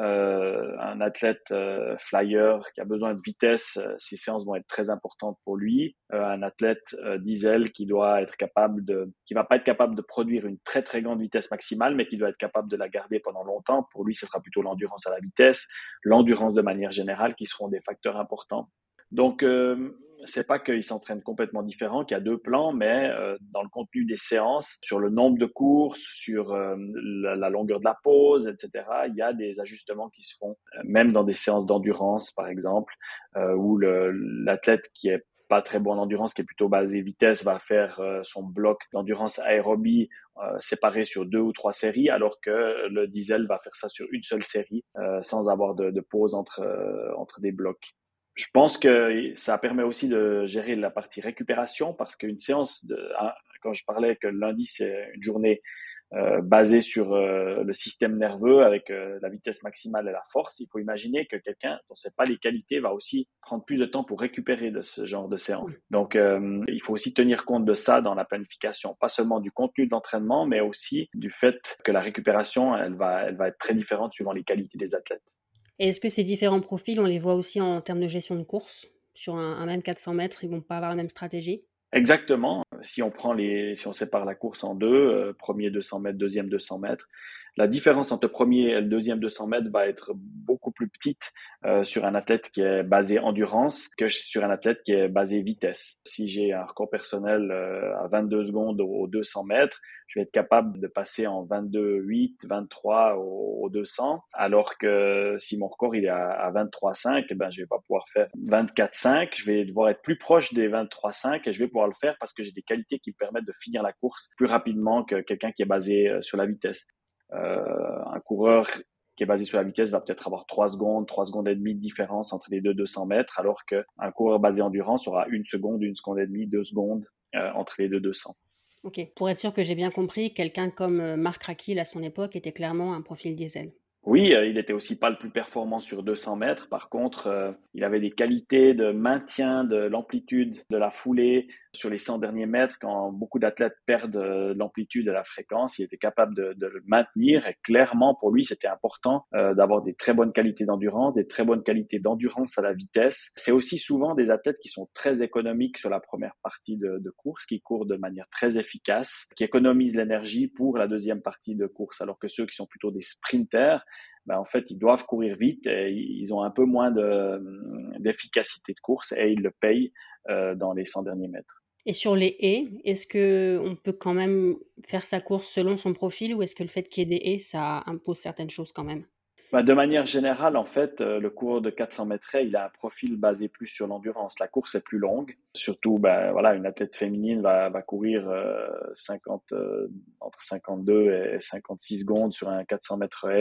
Speaker 1: Euh, un athlète euh, flyer qui a besoin de vitesse, euh, ces séances vont être très importantes pour lui. Euh, un athlète euh, diesel qui doit être capable de, qui va pas être capable de produire une très très grande vitesse maximale, mais qui doit être capable de la garder pendant longtemps. Pour lui, ce sera plutôt l'endurance à la vitesse, l'endurance de manière générale qui seront des facteurs importants. Donc, euh, c'est pas qu'ils s'entraînent complètement différents, qu'il y a deux plans, mais euh, dans le contenu des séances, sur le nombre de courses, sur euh, la, la longueur de la pause, et cetera, il y a des ajustements qui se font, euh, même dans des séances d'endurance, par exemple, euh, où le, l'athlète qui est pas très bon en endurance, qui est plutôt basé vitesse, va faire euh, son bloc d'endurance aérobie euh, séparé sur deux ou trois séries, alors que le diesel va faire ça sur une seule série, euh, sans avoir de, de pause entre, euh, entre des blocs. Je pense que ça permet aussi de gérer la partie récupération parce qu'une séance, de, quand je parlais que le lundi, c'est une journée euh, basée sur euh, le système nerveux avec euh, la vitesse maximale et la force, il faut imaginer que quelqu'un dont c'est pas les qualités va aussi prendre plus de temps pour récupérer de ce genre de séance. Donc, euh, il faut aussi tenir compte de ça dans la planification, pas seulement du contenu de l'entraînement, mais aussi du fait que la récupération, elle va, elle va être très différente suivant les qualités des athlètes.
Speaker 2: Et est-ce que ces différents profils, on les voit aussi en termes de gestion de course? Sur un, un même quatre cents mètres, ils vont pas avoir la même stratégie?
Speaker 1: Exactement. Si on prend les, si on sépare la course en deux, euh, premier deux cents mètres, deuxième deux cents mètres, la différence entre le premier et le deuxième deux cents mètres va être beaucoup plus petite euh, sur un athlète qui est basé endurance que sur un athlète qui est basé vitesse. Si j'ai un record personnel euh, à vingt-deux secondes aux deux cents mètres, je vais être capable de passer en vingt-deux huit, vingt-trois aux deux cents, alors que si mon record il est à, à vingt-trois cinq, eh ben je vais pas pouvoir faire vingt-quatre cinq. Je vais devoir être plus proche des vingt-trois cinq et je vais pouvoir le faire parce que j'ai des qualités qui me permettent de finir la course plus rapidement que quelqu'un qui est basé sur la vitesse. Euh, un coureur qui est basé sur la vitesse va peut-être avoir trois secondes, trois secondes et demie de différence entre les deux deux cents mètres, alors qu'un coureur basé endurance aura une seconde, une seconde et demie, deux secondes euh, entre les deux deux cents.
Speaker 2: Ok. Pour être sûr que j'ai bien compris, quelqu'un comme Marc Raquil à son époque était clairement un profil diesel.
Speaker 1: Oui, euh, il était aussi pas le plus performant sur deux cents mètres. Par contre, euh, il avait des qualités de maintien de l'amplitude de la foulée sur les cent derniers mètres. Quand beaucoup d'athlètes perdent euh, l'amplitude et la fréquence, il était capable de, de le maintenir. Et clairement, pour lui, c'était important euh, d'avoir des très bonnes qualités d'endurance, des très bonnes qualités d'endurance à la vitesse. C'est aussi souvent des athlètes qui sont très économiques sur la première partie de, de course, qui courent de manière très efficace, qui économisent l'énergie pour la deuxième partie de course, alors que ceux qui sont plutôt des sprinters, ben, en fait, ils doivent courir vite et ils ont un peu moins de, d'efficacité de course et ils le payent euh, dans les cent derniers mètres.
Speaker 2: Et sur les haies, est-ce qu'on peut quand même faire sa course selon son profil ou est-ce que le fait qu'il y ait des haies, ça impose certaines choses quand même?
Speaker 1: Ben, de manière générale, en fait, euh, le coureur de quatre cents mètres haies, il a un profil basé plus sur l'endurance. La course est plus longue. Surtout, ben, voilà, une athlète féminine va, va courir euh, cinquante, euh, entre cinquante-deux et cinquante-six secondes sur un quatre cents mètres haies.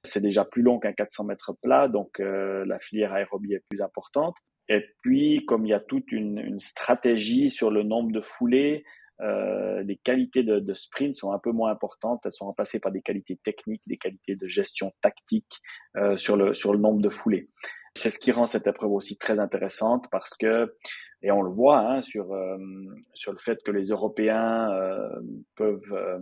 Speaker 1: C'est déjà plus long qu'un quatre cents mètres plat, donc euh, la filière aérobie est plus importante. Et puis, comme il y a toute une, une stratégie sur le nombre de foulées, euh, les qualités de, de sprint sont un peu moins importantes. Elles sont remplacées par des qualités techniques, des qualités de gestion tactique euh, sur le sur le nombre de foulées. C'est ce qui rend cette épreuve aussi très intéressante parce que, et on le voit hein, sur euh, sur le fait que les Européens euh, peuvent euh,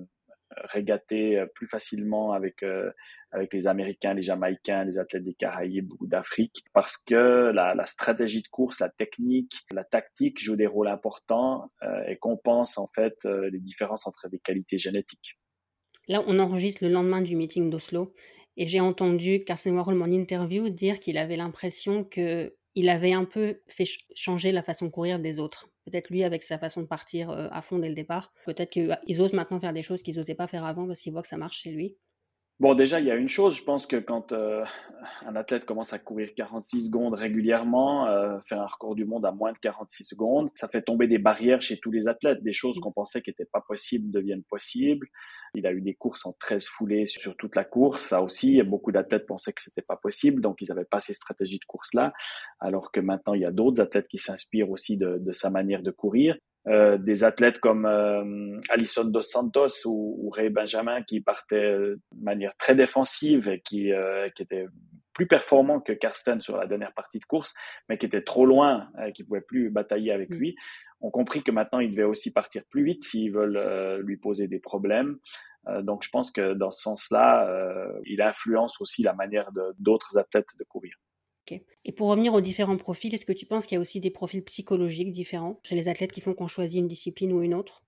Speaker 1: régater plus facilement avec euh, avec les Américains, les Jamaïcains, les athlètes des Caraïbes ou d'Afrique, parce que la, la stratégie de course, la technique, la tactique jouent des rôles importants euh, et compensent en fait euh, les différences entre des qualités génétiques.
Speaker 2: Là, on enregistre le lendemain du meeting d'Oslo et j'ai entendu Karsten Warholm en interview dire qu'il avait l'impression qu'il avait un peu fait ch- changer la façon de courir des autres. Peut-être lui avec sa façon de partir euh, à fond dès le départ. Peut-être qu'ils osent maintenant faire des choses qu'ils n'osaient pas faire avant parce qu'ils voient que ça marche chez lui.
Speaker 1: Bon, déjà, il y a une chose, je pense que quand euh, un athlète commence à courir quarante-six secondes régulièrement, euh, faire un record du monde à moins de quarante-six secondes, ça fait tomber des barrières chez tous les athlètes. Des choses qu'on pensait qui n'étaient pas possibles deviennent possibles. Il a eu des courses en treize foulées sur toute la course. Ça aussi, beaucoup d'athlètes pensaient que c'était pas possible, donc ils n'avaient pas ces stratégies de course-là. Alors que maintenant, il y a d'autres athlètes qui s'inspirent aussi de, de sa manière de courir. Euh, des athlètes comme euh, Alisson dos Santos ou, ou Ray Benjamin qui partaient de manière très défensive et qui, euh, qui étaient plus performants que Karsten sur la dernière partie de course, mais qui étaient trop loin, euh, qui ne pouvaient plus batailler avec lui, ont compris que maintenant, il devait aussi partir plus vite s'ils veulent euh, lui poser des problèmes. Euh, donc, je pense que dans ce sens-là, euh, il influence aussi la manière de, d'autres athlètes de courir.
Speaker 2: Okay. Et pour revenir aux différents profils, est-ce que tu penses qu'il y a aussi des profils psychologiques différents chez les athlètes qui font qu'on choisit une discipline ou une autre?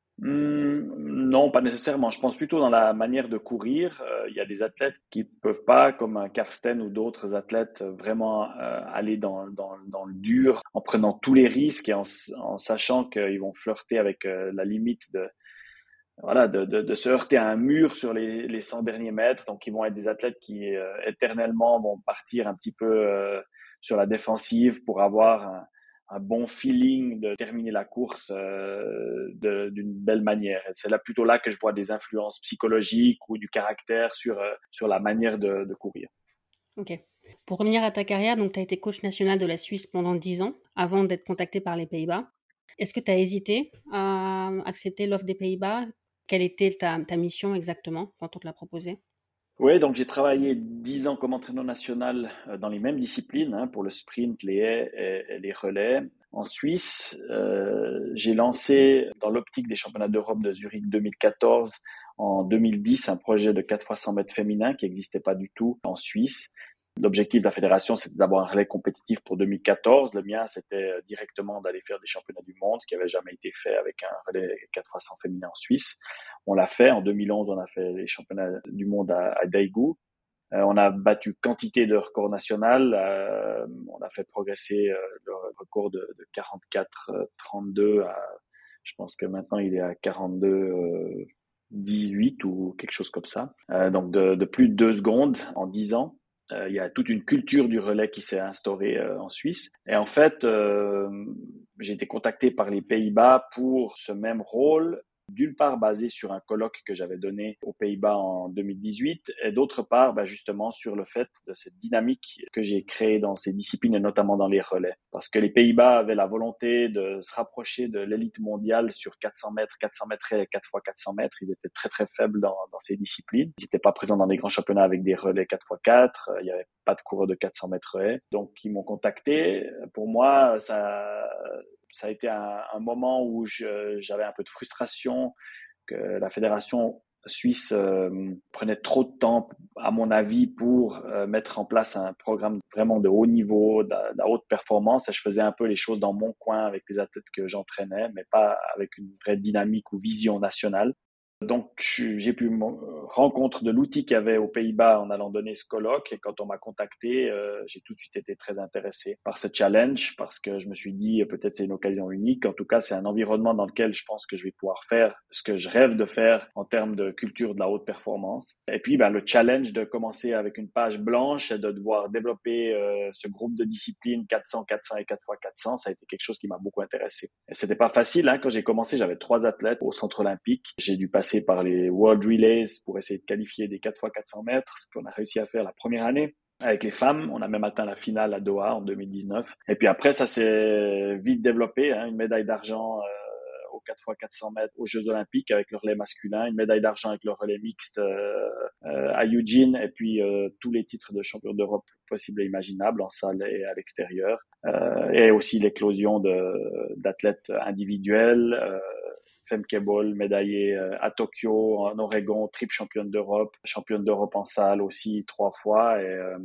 Speaker 1: Hum, non, pas nécessairement. Je pense plutôt dans la manière de courir. Euh, il y a des athlètes qui peuvent pas, comme un Karsten ou d'autres athlètes, vraiment euh, aller dans, dans, dans le dur en prenant tous les risques et en, en sachant qu'ils vont flirter avec euh, la limite de, voilà, de, de, de se heurter à un mur sur les, les cent derniers mètres. Donc, ils vont être des athlètes qui euh, éternellement vont partir un petit peu euh, sur la défensive pour avoir un, un bon feeling de terminer la course euh, de, d'une belle manière. Et c'est là plutôt là que je vois des influences psychologiques ou du caractère sur, euh, sur la manière de, de courir.
Speaker 2: Ok. Pour revenir à ta carrière, donc tu as été coach national de la Suisse pendant dix ans avant d'être contacté par les Pays-Bas. Est-ce que tu as hésité à accepter l'offre des Pays-Bas? Quelle était ta, ta mission exactement quand on te l'a proposé?
Speaker 1: Oui, donc j'ai travaillé dix ans comme entraîneur national dans les mêmes disciplines, hein, pour le sprint, les haies et, et les relais. En Suisse, euh, j'ai lancé dans l'optique des championnats d'Europe de Zurich deux mille quatorze, en deux mille dix, un projet de quatre fois cent mètres féminin qui n'existait pas du tout en Suisse. L'objectif de la fédération, c'était d'avoir un relais compétitif pour deux mille quatorze. Le mien, c'était directement d'aller faire des championnats du monde, ce qui n'avait jamais été fait avec un relais quatre fois cent féminin en Suisse. On l'a fait. En deux mille onze, on a fait les championnats du monde à, à Daegu. Euh, on a battu quantité de records nationaux. Euh, on a fait progresser euh, le record de, de quarante-quatre trente-deux à, je pense que maintenant il est à quarante-deux dix-huit ou quelque chose comme ça. Euh, donc de, de plus de deux secondes en dix ans. Euh, il y a toute une culture du relais qui s'est instaurée euh, en Suisse. Et en fait, euh, j'ai été contacté par les Pays-Bas pour ce même rôle, d'une part basé sur un colloque que j'avais donné aux Pays-Bas en deux mille dix-huit, et d'autre part bah, justement sur le fait de cette dynamique que j'ai créée dans ces disciplines et notamment dans les relais. Parce que les Pays-Bas avaient la volonté de se rapprocher de l'élite mondiale sur quatre cents mètres, quatre cents mètres et quatre fois quatre cents mètres. Ils étaient très très faibles dans, dans ces disciplines. Ils n'étaient pas présents dans des grands championnats avec des relais quatre fois quatre. Il n'y avait pas de coureur de quatre cents mètres haies. Donc ils m'ont contacté. Pour moi, ça... Ça a été un, un moment où je, j'avais un peu de frustration que la fédération suisse euh, prenait trop de temps, à mon avis, pour euh, mettre en place un programme vraiment de haut niveau, de, de haute performance. Et je faisais un peu les choses dans mon coin avec les athlètes que j'entraînais, mais pas avec une vraie dynamique ou vision nationale. Donc, j'ai pu me rencontre de l'outil qu'il y avait aux Pays-Bas en allant donner ce colloque. Et quand on m'a contacté, euh, j'ai tout de suite été très intéressé par ce challenge parce que je me suis dit peut-être c'est une occasion unique. En tout cas, c'est un environnement dans lequel je pense que je vais pouvoir faire ce que je rêve de faire en termes de culture de la haute performance. Et puis, ben, le challenge de commencer avec une page blanche et de devoir développer euh, ce groupe de disciplines quatre cents, quatre cents et quatre fois quatre cents, ça a été quelque chose qui m'a beaucoup intéressé. Et c'était pas facile, hein. Quand j'ai commencé, j'avais trois athlètes au centre olympique. J'ai dû passer passer par les World Relays pour essayer de qualifier des quatre fois quatre cents mètres, ce qu'on a réussi à faire la première année. Avec les femmes, on a même atteint la finale à Doha en deux mille dix-neuf. Et puis après, ça s'est vite développé, hein, une médaille d'argent euh, aux quatre fois quatre cents mètres aux Jeux Olympiques avec le relais masculin, une médaille d'argent avec le relais mixte euh, euh, à Eugene, et puis euh, tous les titres de champion d'Europe possibles et imaginables en salle et à l'extérieur. Euh, et aussi l'éclosion de, d'athlètes individuels, euh, Femke Bol, médaillée euh, à Tokyo, en Oregon, triple championne d'Europe, championne d'Europe en salle aussi trois fois, et euh,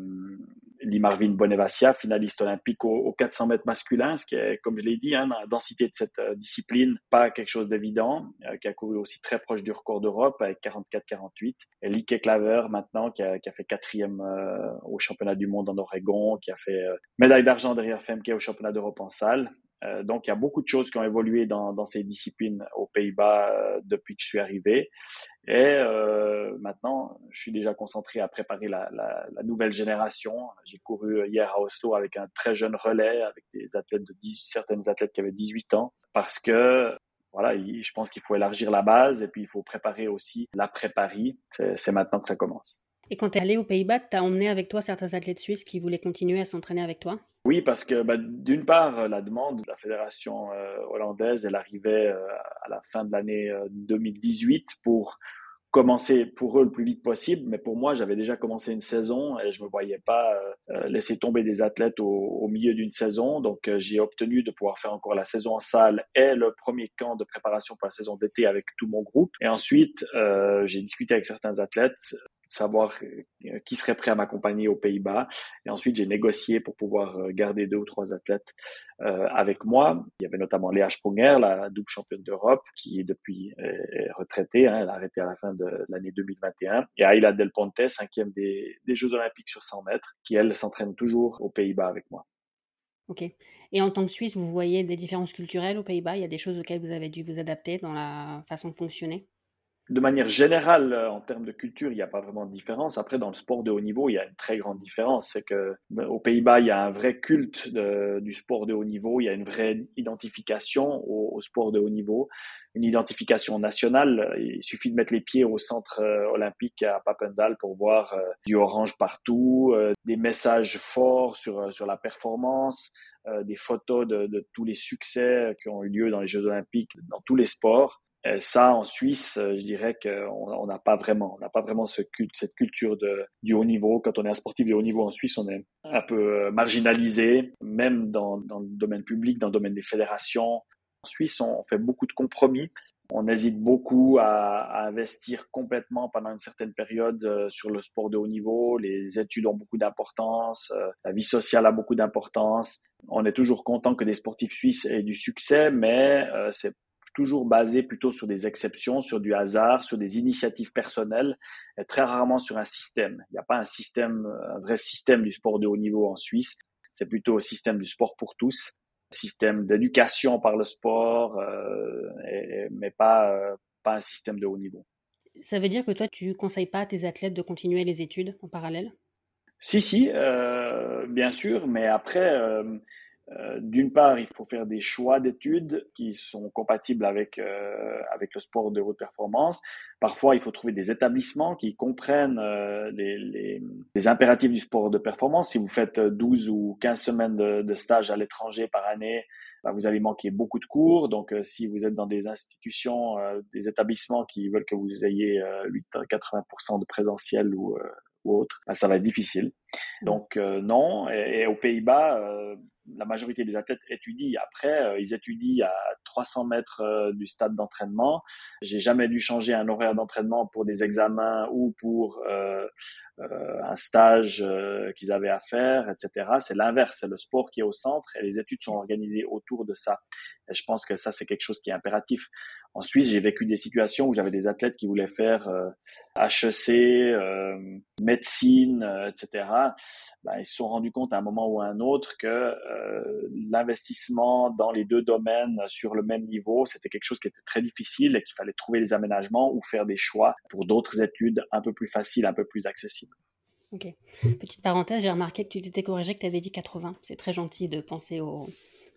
Speaker 1: Lee Marvin Bonevassia, finaliste olympique au, au quatre cents mètres masculin, ce qui est, comme je l'ai dit, hein, la densité de cette euh, discipline, pas quelque chose d'évident, euh, qui a couru aussi très proche du record d'Europe avec quarante-quatre quarante-huit. Et Lieke Klaver maintenant, qui a, qui a fait quatrième euh, au championnat du monde en Oregon, qui a fait euh, médaille d'argent derrière Femke au championnat d'Europe en salle. Euh, donc, il y a beaucoup de choses qui ont évolué dans, dans ces disciplines aux Pays-Bas euh, depuis que je suis arrivé. Et euh, maintenant, je suis déjà concentré à préparer la, la, la nouvelle génération. J'ai couru hier à Oslo avec un très jeune relais, avec des athlètes de dix, certaines athlètes qui avaient dix-huit ans, parce que voilà, je pense qu'il faut élargir la base et puis il faut préparer aussi l'après-Paris. C'est, c'est maintenant que ça commence.
Speaker 2: Et quand tu es allé aux Pays-Bas, tu as emmené avec toi certains athlètes suisses qui voulaient continuer à s'entraîner avec toi?
Speaker 1: Oui, parce que bah, d'une part, la demande de la fédération euh, hollandaise, elle arrivait euh, à la fin de l'année euh, deux mille dix-huit pour commencer pour eux le plus vite possible. Mais pour moi, j'avais déjà commencé une saison et je me voyais pas euh, laisser tomber des athlètes au, au milieu d'une saison. Donc, euh, j'ai obtenu de pouvoir faire encore la saison en salle et le premier camp de préparation pour la saison d'été avec tout mon groupe. Et ensuite, euh, j'ai discuté avec certains athlètes, savoir qui serait prêt à m'accompagner aux Pays-Bas. Et ensuite, j'ai négocié pour pouvoir garder deux ou trois athlètes euh, avec moi. Il y avait notamment Léa Sprunger, la double championne d'Europe, qui depuis est retraitée. Hein, elle a arrêté à la fin de l'année deux mille vingt et un. Et Ayla Del Ponte, cinquième des, des Jeux Olympiques sur cent mètres, qui, elle, s'entraîne toujours aux Pays-Bas avec moi.
Speaker 2: Ok. Et en tant que Suisse, vous voyez des différences culturelles aux Pays-Bas? Il y a des choses auxquelles vous avez dû vous adapter dans la façon de fonctionner?
Speaker 1: De manière générale, en termes de culture, il n'y a pas vraiment de différence. Après, dans le sport de haut niveau, il y a une très grande différence. C'est que aux Pays-Bas, il y a un vrai culte de, du sport de haut niveau. Il y a une vraie identification au, au sport de haut niveau, une identification nationale. Il suffit de mettre les pieds au centre olympique à Papendal pour voir euh, du orange partout, euh, des messages forts sur sur la performance, euh, des photos de, de tous les succès qui ont eu lieu dans les Jeux olympiques, dans tous les sports. Et ça, en Suisse, je dirais qu'on n'a pas vraiment, on n'a pas vraiment ce culte, cette culture de, du haut niveau. Quand on est un sportif de haut niveau en Suisse, on est un peu marginalisé, même dans, dans le domaine public, dans le domaine des fédérations. En Suisse, on fait beaucoup de compromis. On hésite beaucoup à, à investir complètement pendant une certaine période euh, sur le sport de haut niveau. Les études ont beaucoup d'importance, euh, la vie sociale a beaucoup d'importance. On est toujours content que des sportifs suisses aient du succès, mais euh, c'est toujours basé plutôt sur des exceptions, sur du hasard, sur des initiatives personnelles, et très rarement sur un système. Il n'y a pas un système, un vrai système du sport de haut niveau en Suisse. C'est plutôt un système du sport pour tous, un système d'éducation par le sport, euh, et, mais pas, euh, pas un système de haut niveau.
Speaker 2: Ça veut dire que toi, tu conseilles pas à tes athlètes de continuer les études en parallèle?
Speaker 1: Si, si, euh, bien sûr, mais après... Euh, Euh, d'une part, il faut faire des choix d'études qui sont compatibles avec euh, avec le sport de haute performance. Parfois, il faut trouver des établissements qui comprennent euh, les, les, les impératifs du sport de performance. Si vous faites douze ou quinze semaines de, de stage à l'étranger par année, bah, vous allez manquer beaucoup de cours. Donc, euh, si vous êtes dans des institutions, euh, des établissements qui veulent que vous ayez euh, huit à quatre-vingts pour cent de présentiel ou euh, ou autre, bah, ça va être difficile. Donc euh, non, et, et aux Pays-Bas, euh, la majorité des athlètes étudient. Après, euh, ils étudient à trois cents mètres euh, du stade d'entraînement. J'ai jamais dû changer un horaire d'entraînement pour des examens ou pour euh, euh, un stage euh, qu'ils avaient à faire, et cetera. C'est l'inverse, c'est le sport qui est au centre et les études sont organisées autour de ça. Et je pense que ça, c'est quelque chose qui est impératif. En Suisse, j'ai vécu des situations où j'avais des athlètes qui voulaient faire euh, H E C, euh, médecine, euh, et cetera. Ben, ils se sont rendus compte à un moment ou à un autre que euh, l'investissement dans les deux domaines sur le même niveau, c'était quelque chose qui était très difficile et qu'il fallait trouver des aménagements ou faire des choix pour d'autres études un peu plus faciles, un peu plus accessibles.
Speaker 2: Ok. Petite parenthèse, j'ai remarqué que tu t'étais corrigé, que tu avais dit quatre-vingts. C'est très gentil de penser aux,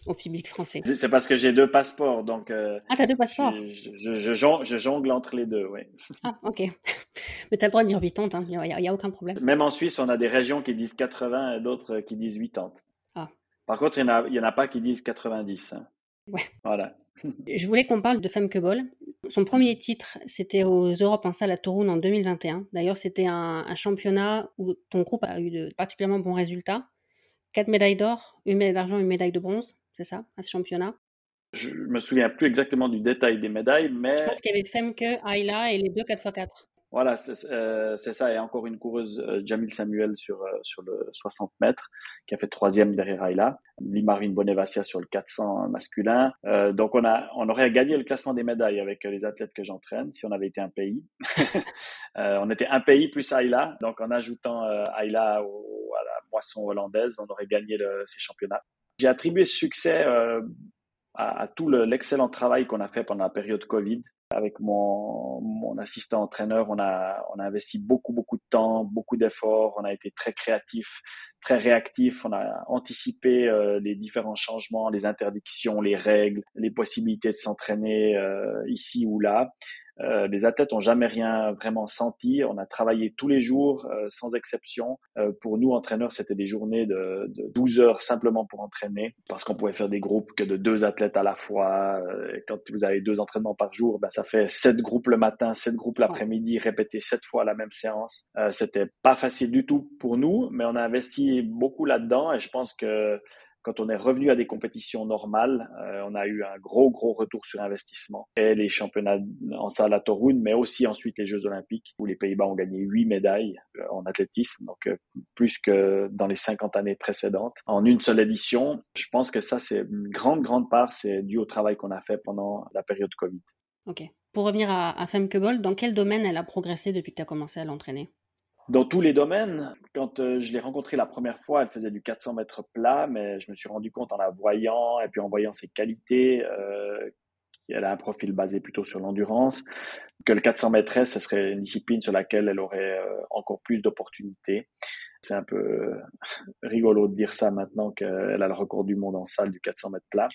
Speaker 2: au public français?
Speaker 1: C'est parce que j'ai deux passeports, donc euh,
Speaker 2: Ah, t'as deux passeports?
Speaker 1: je, je, je, je jongle, je jongle entre les deux, oui.
Speaker 2: Ah, ok. Mais t'as le droit de dire quatre-vingts, il n'y a, y a aucun problème.
Speaker 1: Même en Suisse, on a des régions qui disent quatre-vingts et d'autres qui disent quatre-vingts.
Speaker 2: Ah,
Speaker 1: Par contre, il n'y en, a- il y en a pas qui disent quatre-vingt-dix. Hein.
Speaker 2: ouais.
Speaker 1: Voilà.
Speaker 2: Je voulais qu'on parle de Femke Bol. Son premier titre, c'était aux Europes en salle à Toruń en deux mille vingt et un. D'ailleurs, c'était un, un championnat où ton groupe a eu de particulièrement bons résultats. Quatre médailles d'or, une médaille d'argent, une médaille de bronze, c'est ça, à ce championnat.
Speaker 1: Je me souviens plus exactement du détail des médailles,
Speaker 2: Je
Speaker 1: mais
Speaker 2: pense qu'il y avait Femke, Ayla et les deux quatre par quatre.
Speaker 1: voilà, c'est euh, c'est ça. Et encore une coureuse, euh, Jamil Samuel sur, euh, sur le soixante mètres, qui a fait troisième derrière Ayla. Limarine Bonevassia sur le quatre cents masculin. Euh, donc on a, on aurait gagné le classement des médailles avec les athlètes que j'entraîne si on avait été un pays. euh, on était un pays plus Ayla. Donc en ajoutant euh, Ayla au, à la moisson hollandaise, on aurait gagné le, ces championnats. J'ai attribué ce succès euh, à, à tout le, l'excellent travail qu'on a fait pendant la période Covid. Avec mon, mon assistant entraîneur, on a, on a investi beaucoup, beaucoup de temps, beaucoup d'efforts. On a été très créatifs, très réactifs. On a anticipé euh, les différents changements, les interdictions, les règles, les possibilités de s'entraîner euh, ici ou là. Euh, les athlètes n'ont jamais rien vraiment senti. On a travaillé tous les jours, euh, sans exception. Euh, pour nous, entraîneurs, c'était des journées de, de douze heures simplement pour entraîner, parce qu'on pouvait faire des groupes que de deux athlètes à la fois. Euh, et quand vous avez deux entraînements par jour, ben, ça fait sept groupes le matin, sept groupes l'après-midi, répétés sept fois la même séance. Euh, c'était pas facile du tout pour nous, mais on a investi beaucoup là-dedans et je pense que quand on est revenu à des compétitions normales, euh, on a eu un gros, gros retour sur investissement. Et les championnats en salle à Toruń, mais aussi ensuite les Jeux Olympiques, où les Pays-Bas ont gagné huit médailles euh, en athlétisme, donc euh, plus que dans les cinquante années précédentes, en une seule édition. Je pense que ça, c'est une grande, grande part, c'est dû au travail qu'on a fait pendant la période Covid.
Speaker 2: Ok. Pour revenir à, à Femke Bol, dans quel domaine elle a progressé depuis que tu as commencé à l'entraîner?
Speaker 1: Dans tous les domaines, quand euh, je l'ai rencontrée la première fois, elle faisait du quatre cents mètres plat, mais je me suis rendu compte en la voyant et puis en voyant ses qualités, euh, qu'elle a un profil basé plutôt sur l'endurance, que le quatre cents mètres S, ce serait une discipline sur laquelle elle aurait euh, encore plus d'opportunités. C'est un peu rigolo de dire ça maintenant qu'elle a le record du monde en salle du quatre cents mètres plat.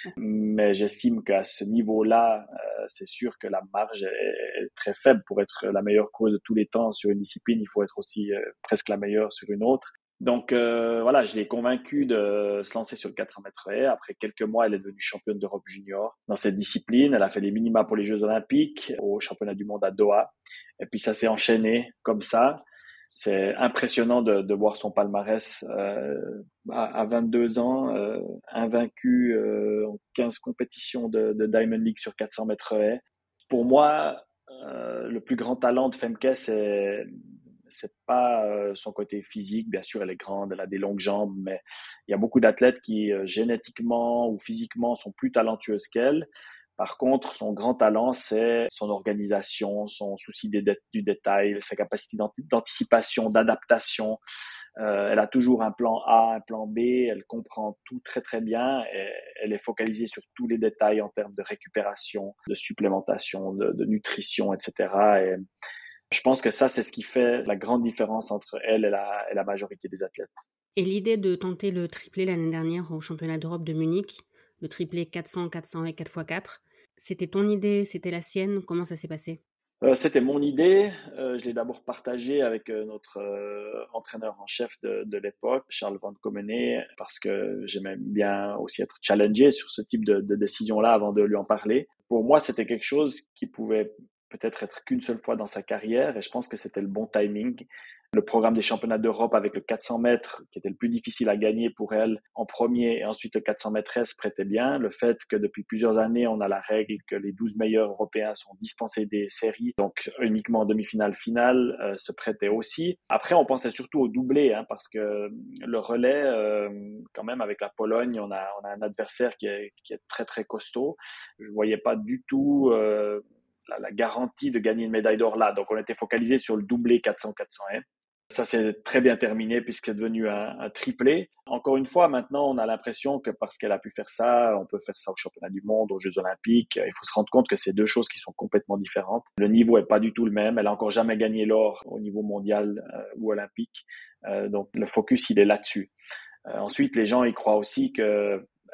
Speaker 1: Mais j'estime qu'à ce niveau-là, euh, c'est sûr que la marge est, est très faible pour être la meilleure coureuse de tous les temps sur une discipline. Il faut être aussi euh, presque la meilleure sur une autre. Donc euh, voilà, je l'ai convaincue de se lancer sur le quatre cents mètres haies. Après quelques mois, elle est devenue championne d'Europe junior dans cette discipline. Elle a fait les minima pour les Jeux Olympiques, au championnat du monde à Doha. Et puis ça s'est enchaîné comme ça. C'est impressionnant de, de voir son palmarès euh, à, à vingt-deux ans, euh, invaincu euh, en quinze compétitions de, de Diamond League sur quatre cents mètres haies. Pour moi, euh, le plus grand talent de Femke, c'est c'est pas euh, son côté physique. Bien sûr, elle est grande, elle a des longues jambes, mais il y a beaucoup d'athlètes qui euh, génétiquement ou physiquement sont plus talentueuses qu'elle. Par contre, son grand talent, c'est son organisation, son souci des dé- du détail, sa capacité d'anticipation, d'adaptation. Euh, elle a toujours un plan A, un plan B, elle comprend tout très très bien et elle est focalisée sur tous les détails en termes de récupération, de supplémentation, de, de nutrition, et cetera. Et je pense que ça, c'est ce qui fait la grande différence entre elle et la, et la majorité des athlètes.
Speaker 2: Et l'idée de tenter le triplé l'année dernière au championnat d'Europe de Munich, le triplé quatre cents, quatre cents et quatre par quatre, c'était ton idée, c'était la sienne, comment ça s'est passé?
Speaker 1: Euh, c'était mon idée. Euh, je l'ai d'abord partagée avec euh, notre euh, entraîneur en chef de, de l'époque, Charles Van Comenee, parce que j'aimais bien aussi être challengé sur ce type de, de décision-là avant de lui en parler. Pour moi, c'était quelque chose qui pouvait peut-être être qu'une seule fois dans sa carrière et je pense que c'était le bon timing. Le programme des championnats d'Europe avec le quatre cents mètres, qui était le plus difficile à gagner pour elle en premier, et ensuite le quatre cents mètres S prêtait bien. Le fait que depuis plusieurs années, on a la règle que les douze meilleurs européens sont dispensés des séries, donc uniquement en demi-finale, finale, euh, se prêtait aussi. Après, on pensait surtout au doublé, hein, parce que le relais, euh, quand même, avec la Pologne, on a, on a un adversaire qui est, qui est très, très costaud. Je ne voyais pas du tout... Euh, La, la garantie de gagner une médaille d'or là. Donc, on était focalisé sur le doublé quatre cents quatre cents. Ça s'est très bien terminé puisque c'est devenu un, un triplé. Encore une fois, maintenant, on a l'impression que parce qu'elle a pu faire ça, on peut faire ça au championnat du monde, aux Jeux Olympiques. Il faut se rendre compte que c'est deux choses qui sont complètement différentes. Le niveau est pas du tout le même. Elle a encore jamais gagné l'or au niveau mondial euh, ou olympique. Euh, donc, le focus, il est là-dessus. Euh, ensuite, les gens, ils croient aussi que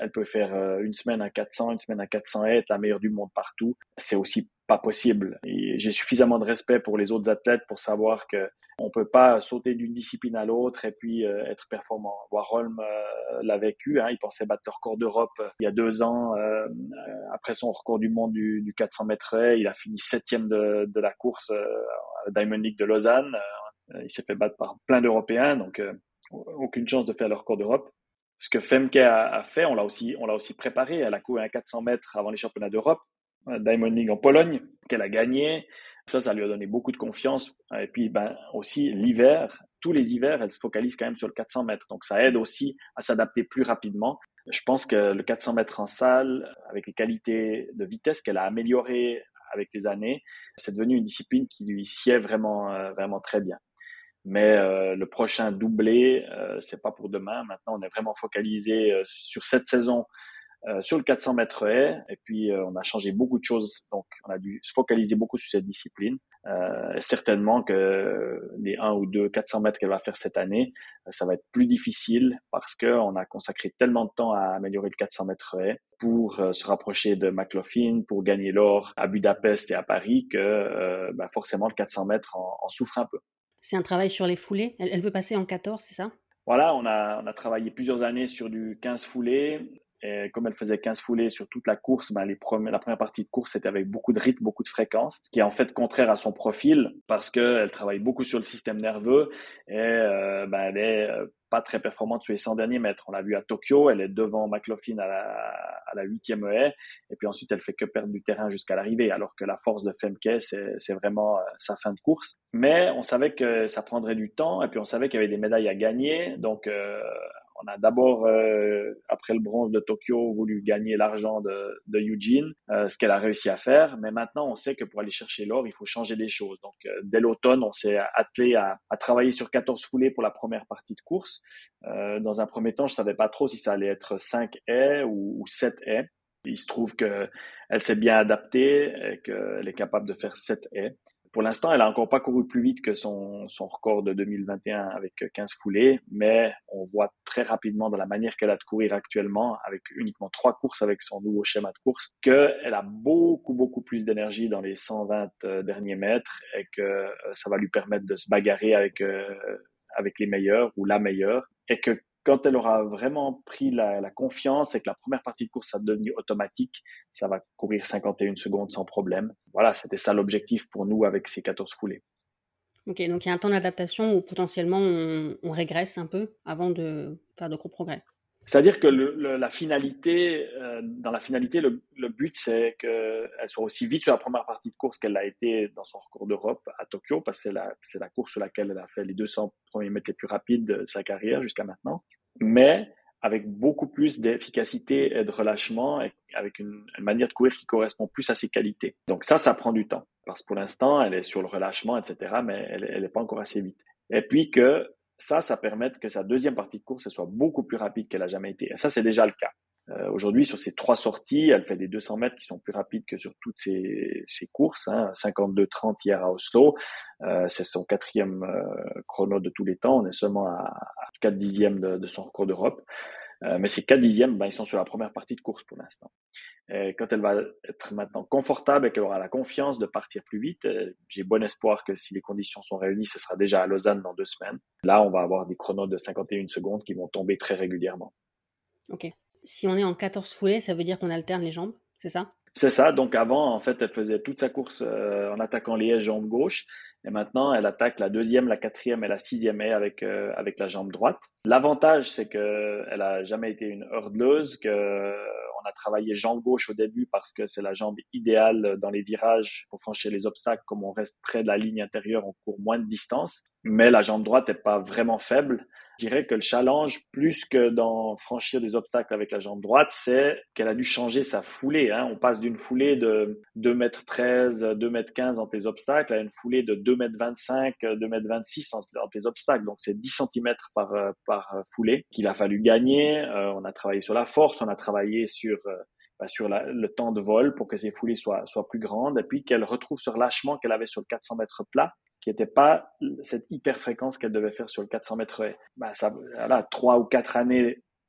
Speaker 1: elle peut faire euh, une semaine à quatre cents, une semaine à quatre cents et être la meilleure du monde partout. C'est aussi pas possible. Et j'ai suffisamment de respect pour les autres athlètes pour savoir que on peut pas sauter d'une discipline à l'autre et puis euh, être performant. Warholm euh, l'a vécu, hein, il pensait battre le record d'Europe euh, il y a deux ans. Euh, après son record du monde du, du quatre cents mètres haies, il a fini septième de, de la course euh, à la Diamond League de Lausanne. Euh, il s'est fait battre par plein d'Européens, donc euh, aucune chance de faire le record d'Europe. Ce que Femke a, a fait, on l'a aussi, on l'a aussi préparé. Elle a couru un quatre cents mètres avant les championnats d'Europe, Diamond League en Pologne, qu'elle a gagné. Ça, ça lui a donné beaucoup de confiance. Et puis, ben, aussi, l'hiver, tous les hivers, elle se focalise quand même sur le quatre cents mètres. Donc, ça aide aussi à s'adapter plus rapidement. Je pense que le quatre cents mètres en salle, avec les qualités de vitesse qu'elle a améliorées avec les années, c'est devenu une discipline qui lui sied vraiment, euh, vraiment très bien. Mais euh, le prochain doublé, euh, c'est pas pour demain. Maintenant, on est vraiment focalisé euh, sur cette saison, euh, sur le quatre cents mètres haies. Et puis, euh, on a changé beaucoup de choses. Donc, on a dû se focaliser beaucoup sur cette discipline. Euh, certainement que les un ou deux quatre cents mètres qu'elle va faire cette année, ça va être plus difficile parce que on a consacré tellement de temps à améliorer le quatre cents mètres haies pour euh, se rapprocher de McLaughlin, pour gagner l'or à Budapest et à Paris, que euh, ben forcément le quatre cents mètres en, en souffre un peu.
Speaker 2: C'est un travail sur les foulées. Elle, elle veut passer en quatorze, c'est ça?
Speaker 1: Voilà, on a, on a travaillé plusieurs années sur du quinze foulées. Et comme elle faisait quinze foulées sur toute la course, ben les premiers, la première partie de course, c'était avec beaucoup de rythme, beaucoup de fréquence, ce qui est en fait contraire à son profil parce qu'elle travaille beaucoup sur le système nerveux et euh, ben elle est pas très performante sur les cent derniers mètres. On l'a vu à Tokyo, elle est devant McLaughlin à la, à la huitième haie et puis ensuite elle fait que perdre du terrain jusqu'à l'arrivée, alors que la force de Femke, c'est, c'est vraiment euh, sa fin de course. Mais on savait que ça prendrait du temps et puis on savait qu'il y avait des médailles à gagner, donc euh, on a d'abord, euh, après le bronze de Tokyo, voulu gagner l'argent de, de Eugene, euh, ce qu'elle a réussi à faire. Mais maintenant, on sait que pour aller chercher l'or, il faut changer des choses. Donc, euh, dès l'automne, on s'est attelé à, à travailler sur quatorze foulées pour la première partie de course. Euh, dans un premier temps, je savais pas trop si ça allait être cinq haies ou, ou sept haies. Il se trouve qu'elle s'est bien adaptée et qu'elle est capable de faire sept haies. Pour l'instant, elle a encore pas couru plus vite que son, son record de deux mille vingt et un avec quinze foulées, mais on voit très rapidement dans la manière qu'elle a de courir actuellement, avec uniquement trois courses avec son nouveau schéma de course, qu'elle a beaucoup, beaucoup plus d'énergie dans les cent vingt derniers mètres et que ça va lui permettre de se bagarrer avec, euh, avec les meilleurs ou la meilleure, et que quand elle aura vraiment pris la, la confiance et que la première partie de course sera devenue automatique, ça va courir cinquante et une secondes sans problème. Voilà, c'était ça l'objectif pour nous avec ces quatorze foulées.
Speaker 2: Ok, donc il y a un temps d'adaptation où potentiellement on, on régresse un peu avant de faire de gros progrès.
Speaker 1: C'est-à-dire que le, le, la finalité, euh, dans la finalité, le, le but, c'est qu'elle soit aussi vite sur la première partie de course qu'elle l'a été dans son record d'Europe à Tokyo, parce que c'est la, c'est la course sur laquelle elle a fait les deux cents premiers mètres les plus rapides de sa carrière jusqu'à maintenant. Mais avec beaucoup plus d'efficacité et de relâchement, et avec une, une manière de courir qui correspond plus à ses qualités. Donc ça, ça prend du temps, parce que pour l'instant, elle est sur le relâchement, et cetera, mais elle n'est pas encore assez vite. Et puis que ça, ça permet que sa deuxième partie de course elle soit beaucoup plus rapide qu'elle a jamais été. Et ça, c'est déjà le cas. Euh, aujourd'hui, sur ces trois sorties, elle fait des deux cents mètres qui sont plus rapides que sur toutes ses, ses courses. Hein, cinquante-deux trente hier à Oslo. Euh, c'est son quatrième euh, chrono de tous les temps. On est seulement à, à quatre dixièmes de, de son record d'Europe. Euh, mais ces quatre dixièmes, ben, ils sont sur la première partie de course pour l'instant. Et quand elle va être maintenant confortable et qu'elle aura la confiance de partir plus vite, euh, j'ai bon espoir que si les conditions sont réunies, ce sera déjà à Lausanne dans deux semaines. Là, on va avoir des chronos de cinquante et une secondes qui vont tomber très régulièrement.
Speaker 2: Ok. Si on est en quatorze foulées, ça veut dire qu'on alterne les jambes, c'est ça?
Speaker 1: C'est ça. Donc avant, en fait, elle faisait toute sa course euh, en attaquant les haies jambe gauche. Et maintenant, elle attaque la deuxième, la quatrième et la sixième haie avec euh, avec la jambe droite. L'avantage, c'est que elle a jamais été une hurdleuse, que on a travaillé jambe gauche au début parce que c'est la jambe idéale dans les virages pour franchir les obstacles. Comme on reste près de la ligne intérieure, on court moins de distance. Mais la jambe droite n'est pas vraiment faible. Je dirais que le challenge, plus que d'en franchir des obstacles avec la jambe droite, c'est qu'elle a dû changer sa foulée. Hein. On passe d'une foulée de deux mètres treize, deux mètres quinze entre les obstacles à une foulée de deux mètres vingt-cinq, deux mètres vingt-six entre les obstacles. Donc, c'est dix centimètres par, par foulée qu'il a fallu gagner. Euh, on a travaillé sur la force, on a travaillé sur... Euh, sur la, le temps de vol pour que ces foulées soient, soient plus grandes et puis qu'elle retrouve ce relâchement qu'elle avait sur le quatre cents mètres plat, qui n'était pas cette hyper fréquence qu'elle devait faire sur le quatre cents mètres haies. Ben, ça, voilà, trois ou quatre années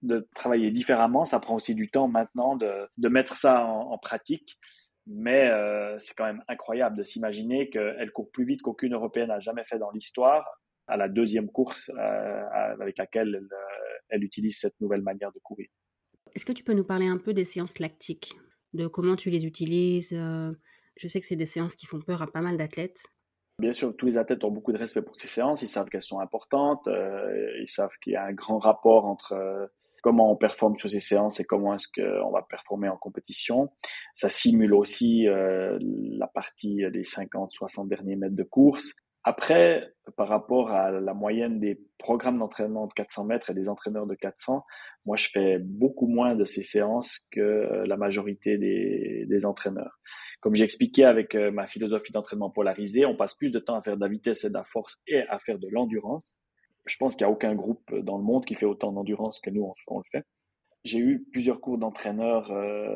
Speaker 1: de travailler différemment. Ça prend aussi du temps maintenant de, de mettre ça en, en pratique. Mais euh, c'est quand même incroyable de s'imaginer qu'elle court plus vite qu'aucune Européenne n'a jamais fait dans l'histoire à la deuxième course euh, avec laquelle elle, euh, elle utilise cette nouvelle manière de courir.
Speaker 2: Est-ce que tu peux nous parler un peu des séances lactiques, de comment tu les utilises? euh, Je sais que c'est des séances qui font peur à pas mal d'athlètes.
Speaker 1: Bien sûr, tous les athlètes ont beaucoup de respect pour ces séances. Ils savent qu'elles sont importantes. Euh, ils savent qu'il y a un grand rapport entre euh, comment on performe sur ces séances et comment est-ce qu'on va performer en compétition. Ça simule aussi euh, la partie des cinquante soixante derniers mètres de course. Après, par rapport à la moyenne des programmes d'entraînement de quatre cents mètres et des entraîneurs de quatre cents, moi, je fais beaucoup moins de ces séances que la majorité des, des entraîneurs. Comme j'ai expliqué avec euh, ma philosophie d'entraînement polarisée, on passe plus de temps à faire de la vitesse et de la force et à faire de l'endurance. Je pense qu'il n'y a aucun groupe dans le monde qui fait autant d'endurance que nous, on, on le fait. J'ai eu plusieurs cours d'entraîneurs euh,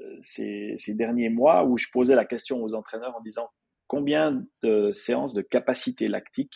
Speaker 1: ces, ces derniers mois où je posais la question aux entraîneurs en disant combien de séances de capacité lactique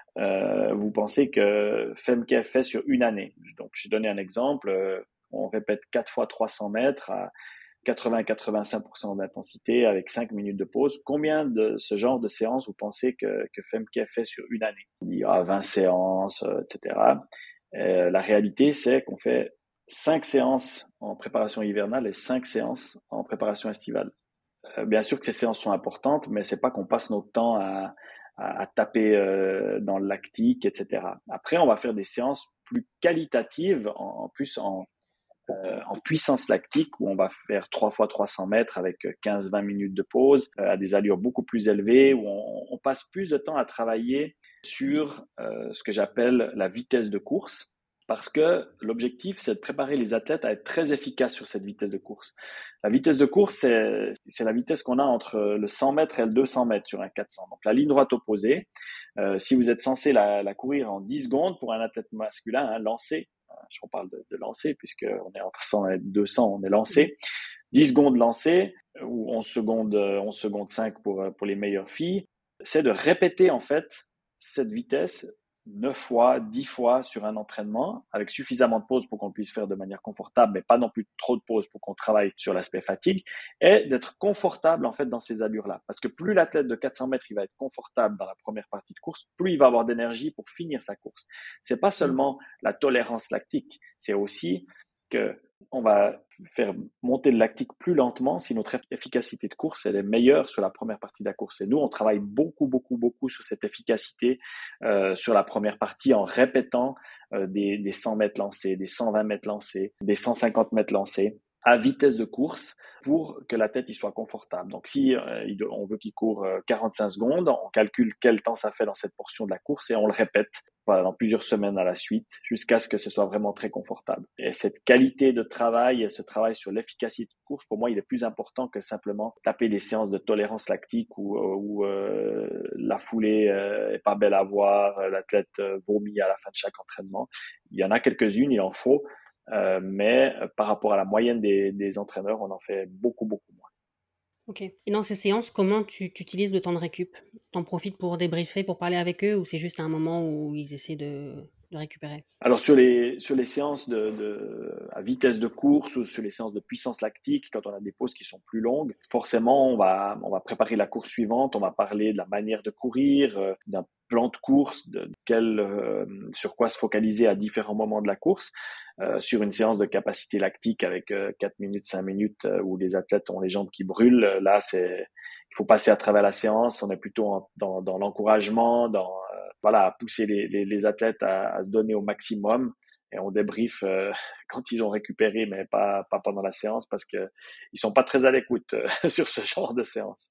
Speaker 1: euh, vous pensez que Femke fait sur une année. Donc, j'ai donné un exemple. Euh, on répète quatre fois trois cents mètres à quatre-vingts à quatre-vingt-cinq pour cent d'intensité avec cinq minutes de pause. Combien de ce genre de séances vous pensez que, que Femke fait sur une année? On dit ah, vingt séances, euh, et cetera. Euh, la réalité, c'est qu'on fait cinq séances en préparation hivernale et cinq séances en préparation estivale. Euh, bien sûr que ces séances sont importantes, mais c'est pas qu'on passe notre temps à, à, à taper euh, dans le lactique, et cetera. Après, on va faire des séances plus qualitatives, en, en plus en, euh, en puissance lactique, où on va faire trois fois trois cents mètres avec quinze à vingt minutes de pause, euh, à des allures beaucoup plus élevées, où on, on passe plus de temps à travailler sur euh, ce que j'appelle la vitesse de course. Parce que l'objectif, c'est de préparer les athlètes à être très efficaces sur cette vitesse de course. La vitesse de course, c'est, c'est la vitesse qu'on a entre le cent mètres et le deux cents mètres sur un quatre cents. Donc, la ligne droite opposée, euh, si vous êtes censé la, la courir en dix secondes pour un athlète masculin, hein, lancé, je reparle de, de lancer puisqu'on est entre cent et deux cents, on est lancé. dix secondes lancé, ou onze secondes, onze secondes cinq pour, pour les meilleures filles, c'est de répéter en fait cette vitesse neuf fois, dix fois sur un entraînement, avec suffisamment de pauses pour qu'on puisse faire de manière confortable, mais pas non plus trop de pauses pour qu'on travaille sur l'aspect fatigue, et d'être confortable en fait dans ces allures-là. Parce que plus l'athlète de quatre cents mètres il va être confortable dans la première partie de course, plus il va avoir d'énergie pour finir sa course. C'est pas seulement la tolérance lactique, c'est aussi que on va faire monter le lactique plus lentement si notre efficacité de course elle est meilleure sur la première partie de la course. Et nous, on travaille beaucoup, beaucoup, beaucoup sur cette efficacité euh, sur la première partie en répétant euh, des, des cent mètres lancés, des cent vingt mètres lancés, des cent cinquante mètres lancés à vitesse de course pour que la tête il soit confortable. Donc, si euh, il, on veut qu'il court euh, quarante-cinq secondes, on calcule quel temps ça fait dans cette portion de la course et on le répète pendant plusieurs semaines à la suite jusqu'à ce que ce soit vraiment très confortable. Et cette qualité de travail et ce travail sur l'efficacité de course, pour moi, il est plus important que simplement taper des séances de tolérance lactique où, où euh, la foulée euh, est pas belle à voir, l'athlète euh, vomit à la fin de chaque entraînement. Il y en a quelques-unes, il en faut, euh, mais par rapport à la moyenne des, des entraîneurs, on en fait beaucoup, beaucoup moins.
Speaker 2: Ok. Et dans ces séances, comment tu, tu utilises le temps de récup? T'en profites pour débriefer, pour parler avec eux, ou c'est juste un moment où ils essaient de, de récupérer?
Speaker 1: Alors sur les sur les séances de, de à vitesse de course ou sur les séances de puissance lactique, quand on a des pauses qui sont plus longues, forcément on va on va préparer la course suivante, on va parler de la manière de courir, euh, d'un plan de course, de quel euh, sur quoi se focaliser à différents moments de la course. Euh, sur une séance de capacité lactique avec euh, quatre minutes, cinq minutes euh, où les athlètes ont les jambes qui brûlent, là c'est il faut passer à travers la séance, on est plutôt en, dans, dans l'encouragement, dans euh, voilà, à pousser les, les, les athlètes à, à se donner au maximum et on débriefe euh, quand ils ont récupéré, mais pas, pas pendant la séance parce que ils sont pas très à l'écoute euh, sur ce genre de séance.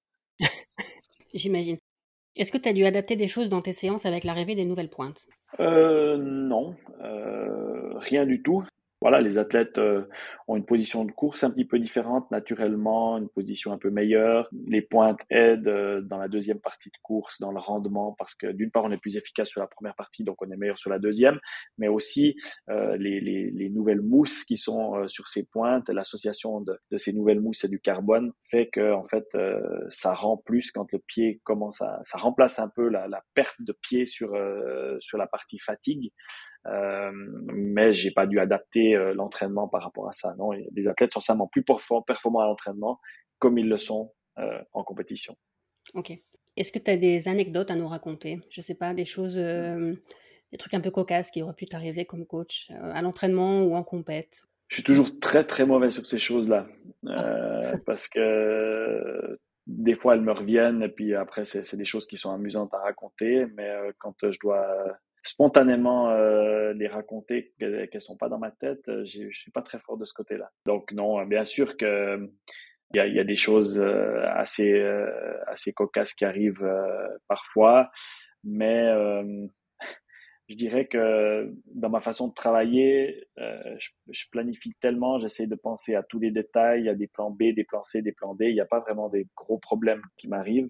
Speaker 2: J'imagine. Est-ce que tu as dû adapter des choses dans tes séances avec l'arrivée des nouvelles pointes?
Speaker 1: Euh, non, euh, rien du tout. Voilà, les athlètes euh, ont une position de course un petit peu différente, naturellement, une position un peu meilleure. Les pointes aident euh, dans la deuxième partie de course, dans le rendement, parce que d'une part, on est plus efficace sur la première partie, donc on est meilleur sur la deuxième, mais aussi euh, les, les, les nouvelles mousses qui sont euh, sur ces pointes, l'association de, de ces nouvelles mousses et du carbone fait que en fait, euh, ça rend plus quand le pied commence à, ça remplace un peu la, la perte de pied sur euh, sur la partie fatigue. Euh, mais j'ai pas dû adapter euh, l'entraînement par rapport à ça. Non, et les athlètes sont simplement plus perfor- performants à l'entraînement comme ils le sont euh, en compétition.
Speaker 2: Ok. Est-ce que tu as des anecdotes à nous raconter? Je sais pas, des choses, euh, des trucs un peu cocasses qui auraient pu t'arriver comme coach euh, à l'entraînement ou en compète?
Speaker 1: Je suis toujours très très mauvais sur ces choses-là
Speaker 2: Ah,
Speaker 1: euh, parce que des fois elles me reviennent et puis après c'est, c'est des choses qui sont amusantes à raconter, mais euh, quand je dois spontanément euh, les raconter, qu'elles, qu'elles sont pas dans ma tête, euh, j'ai- je suis pas très fort de ce côté-là. Donc non, bien sûr que il y a, il y a des choses euh, assez euh, assez cocasses qui arrivent euh, parfois, mais euh, je dirais que dans ma façon de travailler, euh, je, je planifie tellement, j'essaie de penser à tous les détails, il y a des plans B, des plans C, des plans D, il n'y a pas vraiment des gros problèmes qui m'arrivent.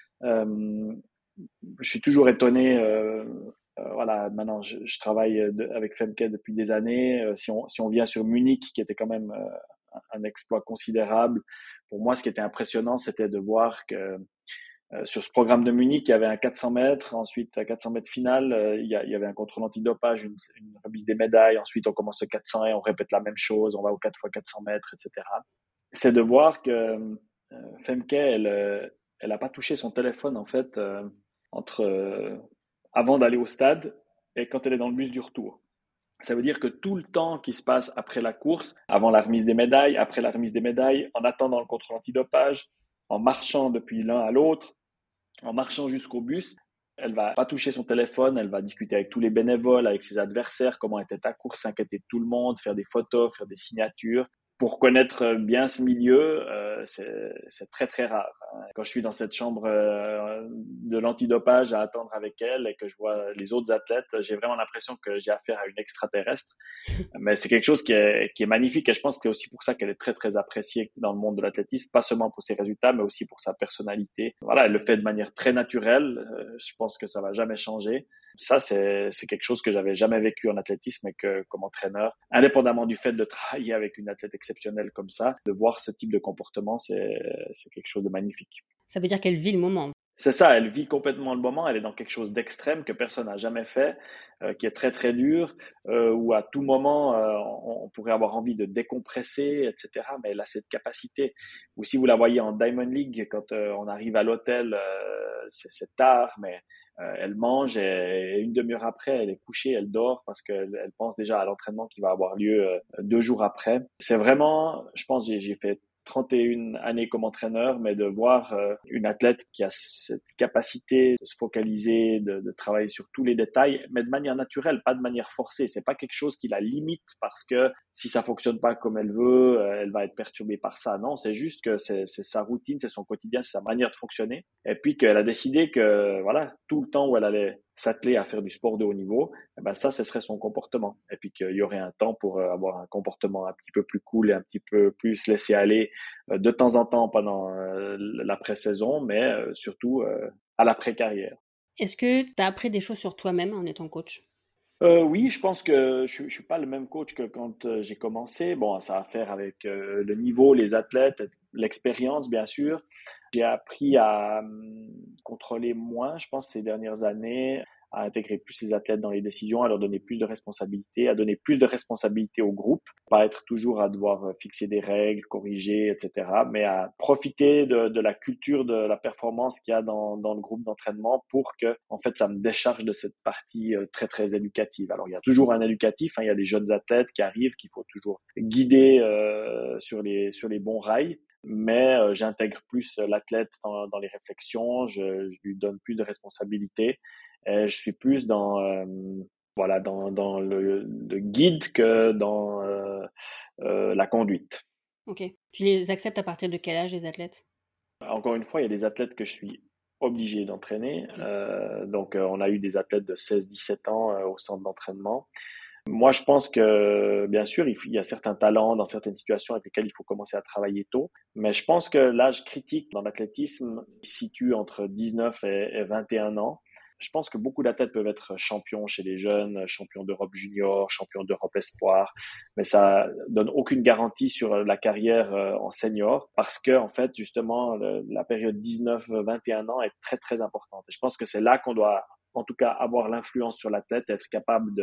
Speaker 1: Euh, je suis toujours étonné, euh, euh, voilà, maintenant je, je travaille de, avec Femke depuis des années, euh, si, on, si on vient sur Munich, qui était quand même euh, un exploit considérable, pour moi ce qui était impressionnant, c'était de voir que euh, sur ce programme de Munich, il y avait un quatre cents mètres. Ensuite, à quatre cents mètres final, euh, il, y a, il y avait un contrôle antidopage, une, une remise des médailles. Ensuite, on commence le quatre cents et on répète la même chose. On va au quatre fois quatre cents mètres, et cetera. C'est de voir que euh, Femke, elle, euh, elle a pas touché son téléphone en fait euh, entre euh, avant d'aller au stade et quand elle est dans le bus du retour. Ça veut dire que tout le temps qui se passe après la course, avant la remise des médailles, après la remise des médailles, en attendant le contrôle antidopage, en marchant depuis l'un à l'autre, en marchant jusqu'au bus, elle va pas toucher son téléphone, elle va discuter avec tous les bénévoles, avec ses adversaires, comment était ta course, s'inquiéter de tout le monde, faire des photos, faire des signatures. Pour connaître bien ce milieu, euh, c'est, c'est très très rare. Quand je suis dans cette chambre euh, de l'antidopage à attendre avec elle et que je vois les autres athlètes, j'ai vraiment l'impression que j'ai affaire à une extraterrestre. Mais c'est quelque chose qui est, qui est magnifique et je pense que c'est aussi pour ça qu'elle est très très appréciée dans le monde de l'athlétisme, pas seulement pour ses résultats, mais aussi pour sa personnalité. Voilà, elle le fait de manière très naturelle. Euh, je pense que ça va jamais changer. Ça, c'est, c'est quelque chose que j'avais jamais vécu en athlétisme et que, comme entraîneur, indépendamment du fait de travailler avec une athlète exceptionnelle comme ça, de voir ce type de comportement, c'est, c'est quelque chose de magnifique.
Speaker 2: ça veut dire qu'elle vit le moment.
Speaker 1: C'est ça, elle vit complètement le moment, elle est dans quelque chose d'extrême que personne n'a jamais fait, euh, qui est très très dur, euh, où à tout moment euh, on, on pourrait avoir envie de décompresser, et cetera. Mais elle a cette capacité. Ou si vous la voyez en Diamond League, quand euh, on arrive à l'hôtel, euh, c'est, c'est tard, mais euh, elle mange et, et une demi-heure après, elle est couchée, elle dort parce qu'elle elle pense déjà à l'entraînement qui va avoir lieu euh, deux jours après. C'est vraiment, je pense, j'ai, j'ai fait trente et une années comme entraîneur, mais de voir euh, une athlète qui a cette capacité de se focaliser, de, de travailler sur tous les détails, mais de manière naturelle, pas de manière forcée. C'est pas quelque chose qui la limite parce que si ça fonctionne pas comme elle veut, euh, elle va être perturbée par ça. Non, c'est juste que c'est, c'est sa routine, c'est son quotidien, c'est sa manière de fonctionner. Et puis qu'elle a décidé que, voilà, tout le temps où elle allait s'atteler à faire du sport de haut niveau, eh ben ça, ce serait son comportement. Et puis qu'il y aurait un temps pour avoir un comportement un petit peu plus cool et un petit peu plus laisser aller de temps en temps pendant euh, l'après-saison, mais euh, surtout euh, à l'après-carrière.
Speaker 2: Est-ce que tu as appris des choses sur toi-même en étant coach?
Speaker 1: Euh, oui, je pense que je, je suis pas le même coach que quand euh, j'ai commencé. Bon, ça a à faire avec euh, le niveau, les athlètes, l'expérience, bien sûr. J'ai appris à hum, contrôler moins, je pense, ces dernières années, à intégrer plus les athlètes dans les décisions, à leur donner plus de responsabilités, à donner plus de responsabilités au groupe, pas être toujours à devoir euh, fixer des règles, corriger, et cetera, mais à profiter de, de la culture de la performance qu'il y a dans, dans le groupe d'entraînement pour que, en fait, ça me décharge de cette partie euh, très, très éducative. Alors, il y a toujours un éducatif, hein, il y a des jeunes athlètes qui arrivent, qu'il faut toujours guider euh, sur les, sur les bons rails, mais euh, j'intègre plus l'athlète dans, dans les réflexions, je, je lui donne plus de responsabilités, et je suis plus dans euh, voilà dans, dans le, le guide que dans euh, euh, la conduite.
Speaker 2: Ok. Tu les acceptes à partir de quel âge, les athlètes?
Speaker 1: Encore une fois, il y a des athlètes que je suis obligé d'entraîner.
Speaker 2: Ok.
Speaker 1: Euh, donc, euh, on a eu des athlètes de seize dix-sept ans euh, au centre d'entraînement. Moi, je pense que, bien sûr, il, il y a certains talents dans certaines situations avec lesquels il faut commencer à travailler tôt. Mais je pense que l'âge critique dans l'athlétisme se situe entre dix-neuf et, et vingt et un ans. Je pense que beaucoup d'athlètes peuvent être champions chez les jeunes, champions d'Europe junior, champions d'Europe espoir, mais ça donne aucune garantie sur la carrière en senior parce que, en fait, justement, le, la période dix-neuf vingt et un ans est très, très importante. Et je pense que c'est là qu'on doit, en tout cas, avoir l'influence sur l'athlète, être capable de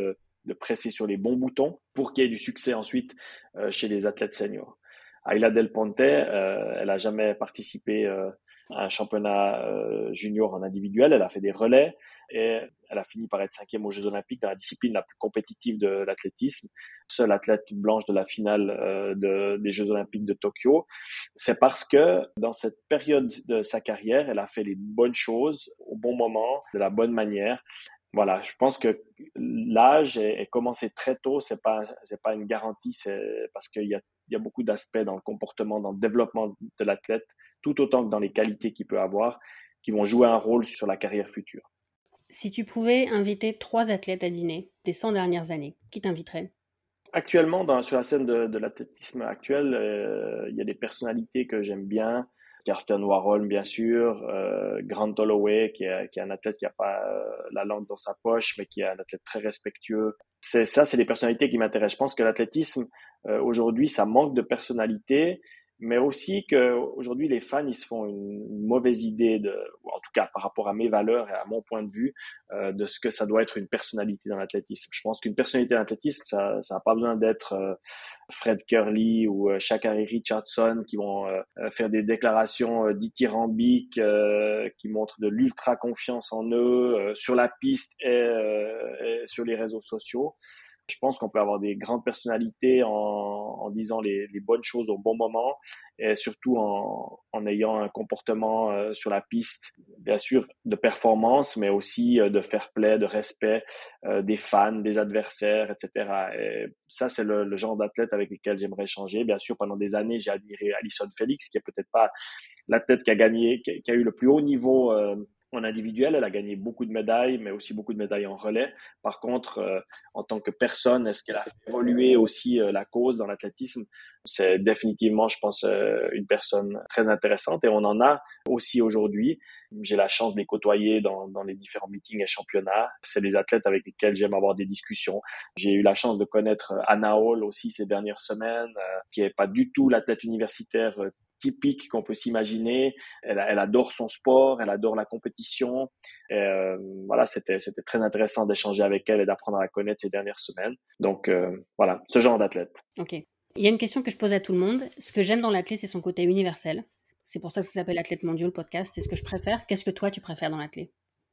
Speaker 1: de presser sur les bons boutons pour qu'il y ait du succès ensuite euh, chez les athlètes seniors. Ayla Del Ponte, euh, elle a jamais participé euh, à un championnat euh, junior en individuel. Elle a fait des relais et elle a fini par être cinquième aux Jeux Olympiques dans la discipline la plus compétitive de l'athlétisme. Seule athlète blanche de la finale euh, de, des Jeux Olympiques de Tokyo. C'est parce que dans cette période de sa carrière, elle a fait les bonnes choses au bon moment, de la bonne manière. Voilà, je pense que l'âge est, est commencé très tôt, c'est pas c'est pas une garantie, c'est parce qu'il y a il y a beaucoup d'aspects dans le comportement, dans le développement de l'athlète, tout autant que dans les qualités qu'il peut avoir, qui vont jouer un rôle sur la carrière future.
Speaker 2: Si tu pouvais inviter trois athlètes à dîner des cent dernières années, qui t'inviterait?
Speaker 1: Actuellement, dans, sur la scène de, de l'athlétisme actuel, euh, il y a des personnalités que j'aime bien. Karsten Warholm, bien sûr, euh, Grant Holloway, qui est, qui est un athlète qui n'a pas euh, la langue dans sa poche, mais qui est un athlète très respectueux. C'est ça, c'est des personnalités qui m'intéressent. Je pense que l'athlétisme, euh, aujourd'hui, ça manque de personnalité, mais aussi qu'aujourd'hui, les fans, ils se font une, une mauvaise idée, de, ou en tout cas par rapport à mes valeurs et à mon point de vue, euh, de ce que ça doit être une personnalité dans l'athlétisme. Je pense qu'une personnalité dans l'athlétisme, ça n'a pas besoin d'être euh, Fred Kerley ou euh, Sha'Carri Richardson qui vont euh, faire des déclarations euh, dithyrambiques, euh, qui montrent de l'ultra confiance en eux euh, sur la piste et, euh, et sur les réseaux sociaux. Je pense qu'on peut avoir des grandes personnalités en, en disant les, les bonnes choses au bon moment et surtout en, en ayant un comportement euh, sur la piste, bien sûr, de performance, mais aussi euh, de fair play, de respect euh, des fans, des adversaires, et cetera. Et ça, c'est le, le genre d'athlète avec lequel j'aimerais échanger. Bien sûr, pendant des années, j'ai admiré Allyson Felix, qui est peut-être pas l'athlète qui a gagné, qui, qui a eu le plus haut niveau euh, en individuel. Elle a gagné beaucoup de médailles, mais aussi beaucoup de médailles en relais. Par contre, euh, en tant que personne, est-ce qu'elle a fait évoluer aussi euh, la cause dans l'athlétisme? C'est définitivement, je pense, euh, une personne très intéressante et on en a aussi aujourd'hui. J'ai la chance de les côtoyer dans, dans les différents meetings et championnats. C'est des athlètes avec lesquels j'aime avoir des discussions. J'ai eu la chance de connaître Anna Hall aussi ces dernières semaines, euh, qui est pas du tout l'athlète universitaire euh, typique qu'on peut s'imaginer. Elle, elle adore son sport, elle adore la compétition. Et, euh, voilà, c'était c'était très intéressant d'échanger avec elle et d'apprendre à la connaître ces dernières semaines. Donc euh, voilà, ce genre d'athlète.
Speaker 2: Ok. Il y a une question que je pose à tout le monde. Ce que j'aime dans l'athlète, c'est son côté universel. C'est pour ça que ça s'appelle Athlète Mondial, le podcast. C'est ce que je préfère. Qu'est-ce que toi, tu préfères dans l'athlète?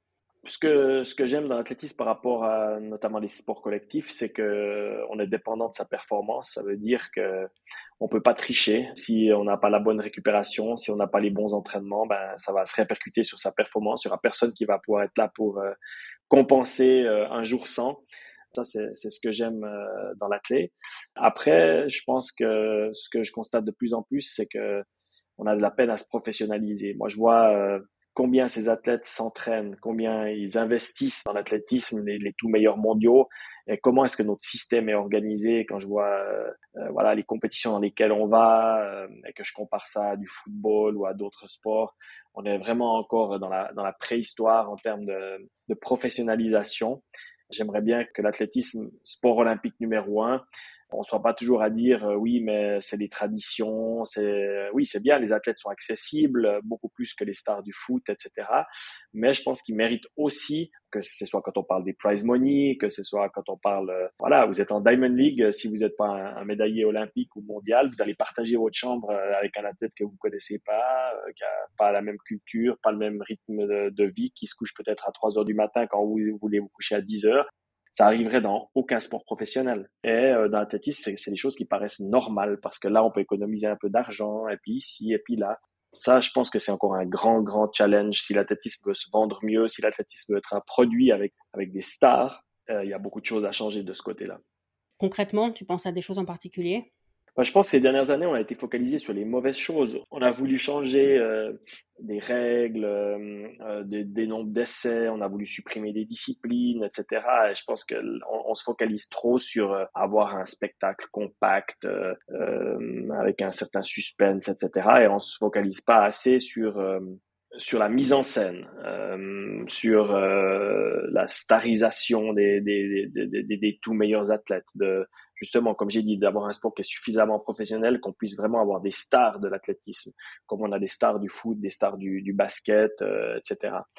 Speaker 1: Ce que, ce que j'aime dans l'athlétisme par rapport à notamment les sports collectifs, c'est que on est dépendant de sa performance. Ça veut dire que on peut pas tricher. Si on n'a pas la bonne récupération, si on n'a pas les bons entraînements, ben ça va se répercuter sur sa performance. Il y aura personne qui va pouvoir être là pour euh, compenser euh, un jour sans. Ça, c'est, c'est ce que j'aime euh, dans l'athlète. Après, je pense que ce que je constate de plus en plus, c'est que on a de la peine à se professionnaliser. Moi, je vois euh, combien ces athlètes s'entraînent, combien ils investissent dans l'athlétisme, les, les tout meilleurs mondiaux, et comment est-ce que notre système est organisé. Quand je vois euh, euh, voilà les compétitions dans lesquelles on va euh, et que je compare ça à du football ou à d'autres sports, on est vraiment encore dans la dans la préhistoire en termes de, de professionnalisation. J'aimerais bien que l'athlétisme, sport olympique numéro un, on soit pas toujours à dire euh, oui, mais c'est des traditions, c'est oui, c'est bien, les athlètes sont accessibles, euh, beaucoup plus que les stars du foot, et cetera. Mais je pense qu'ils méritent aussi, que ce soit quand on parle des prize money, que ce soit quand on parle, euh, voilà, vous êtes en Diamond League, euh, si vous n'êtes pas un, un médaillé olympique ou mondial, vous allez partager votre chambre euh, avec un athlète que vous connaissez pas, euh, qui a pas la même culture, pas le même rythme de, de vie, qui se couche peut-être à trois heures du matin quand vous, vous voulez vous coucher à dix heures. Ça arriverait dans aucun sport professionnel. Et euh, dans l'athlétisme, c'est, c'est des choses qui paraissent normales parce que là, on peut économiser un peu d'argent, et puis ici, et puis là. Ça, je pense que c'est encore un grand, grand challenge. Si l'athlétisme veut se vendre mieux, si l'athlétisme veut être un produit avec, avec des stars, euh, il y a beaucoup de choses à changer de ce côté-là.
Speaker 2: Concrètement, tu penses à des choses en particulier?
Speaker 1: Enfin, je pense que ces dernières années, on a été focalisé sur les mauvaises choses. On a voulu changer euh, des règles, euh, euh, des, des nombres d'essais, on a voulu supprimer des disciplines, et cetera. Et je pense qu'on on se focalise trop sur euh, avoir un spectacle compact, euh, euh, avec un certain suspense, et cetera. Et on se focalise pas assez sur euh, sur la mise en scène, euh, sur euh, la starisation des, des, des, des, des, des tout meilleurs athlètes, de justement, comme j'ai dit, d'avoir un sport qui est suffisamment professionnel, qu'on puisse vraiment avoir des stars de l'athlétisme, comme on a des stars du foot, des stars du, du basket, euh, et cetera.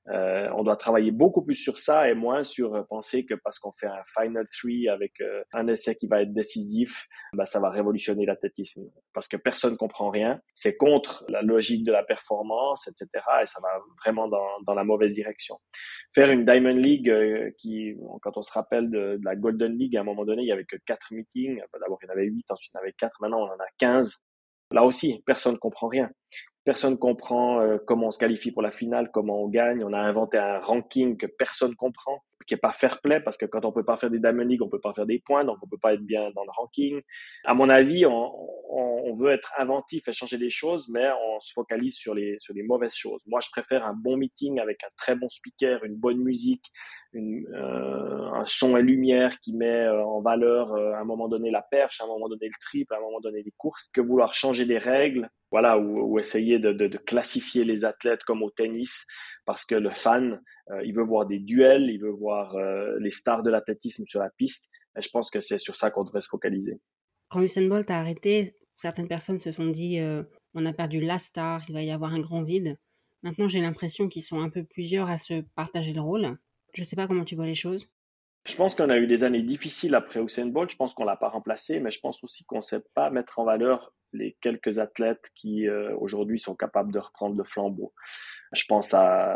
Speaker 1: Euh, on doit travailler beaucoup plus sur ça et moins sur penser que parce qu'on fait un final three avec euh, un essai qui va être décisif, bah, ça va révolutionner l'athlétisme. Parce que personne comprend rien. C'est contre la logique de la performance, et cetera. Et ça va vraiment dans, dans la mauvaise direction. Faire une Diamond League euh, qui, quand on se rappelle de, de la Golden League, à un moment donné, il y avait que quatre meetings. D'abord, il y en avait huit, ensuite il y en avait quatre. Maintenant, on en a quinze. Là aussi, personne ne comprend rien. Personne comprend euh, comment on se qualifie pour la finale, comment on gagne. On a inventé un ranking que personne comprend, qui est pas fair play, parce que quand on peut pas faire des Diamond League, on peut pas faire des points, donc on peut pas être bien dans le ranking. À mon avis, on, on, on veut être inventif et changer des choses, mais on se focalise sur les, sur les mauvaises choses. Moi, je préfère un bon meeting avec un très bon speaker, une bonne musique, une, euh, un son et lumière qui met euh, en valeur euh, à un moment donné la perche, à un moment donné le triple, à un moment donné les courses, que vouloir changer des règles. Voilà, ou, ou essayer de, de, de classifier les athlètes comme au tennis, parce que le fan, euh, il veut voir des duels, il veut voir euh, les stars de l'athlétisme sur la piste. Et je pense que c'est sur ça qu'on devrait se focaliser.
Speaker 2: Quand Usain Bolt a arrêté, certaines personnes se sont dit euh, on a perdu la star, il va y avoir un grand vide. Maintenant, j'ai l'impression qu'ils sont un peu plusieurs à se partager le rôle. Je ne sais pas comment tu vois les choses.
Speaker 1: Je pense qu'on a eu des années difficiles après Usain Bolt. Je pense qu'on l'a pas remplacé, mais je pense aussi qu'on ne sait pas mettre en valeur les quelques athlètes qui euh, aujourd'hui sont capables de reprendre le flambeau. Je pense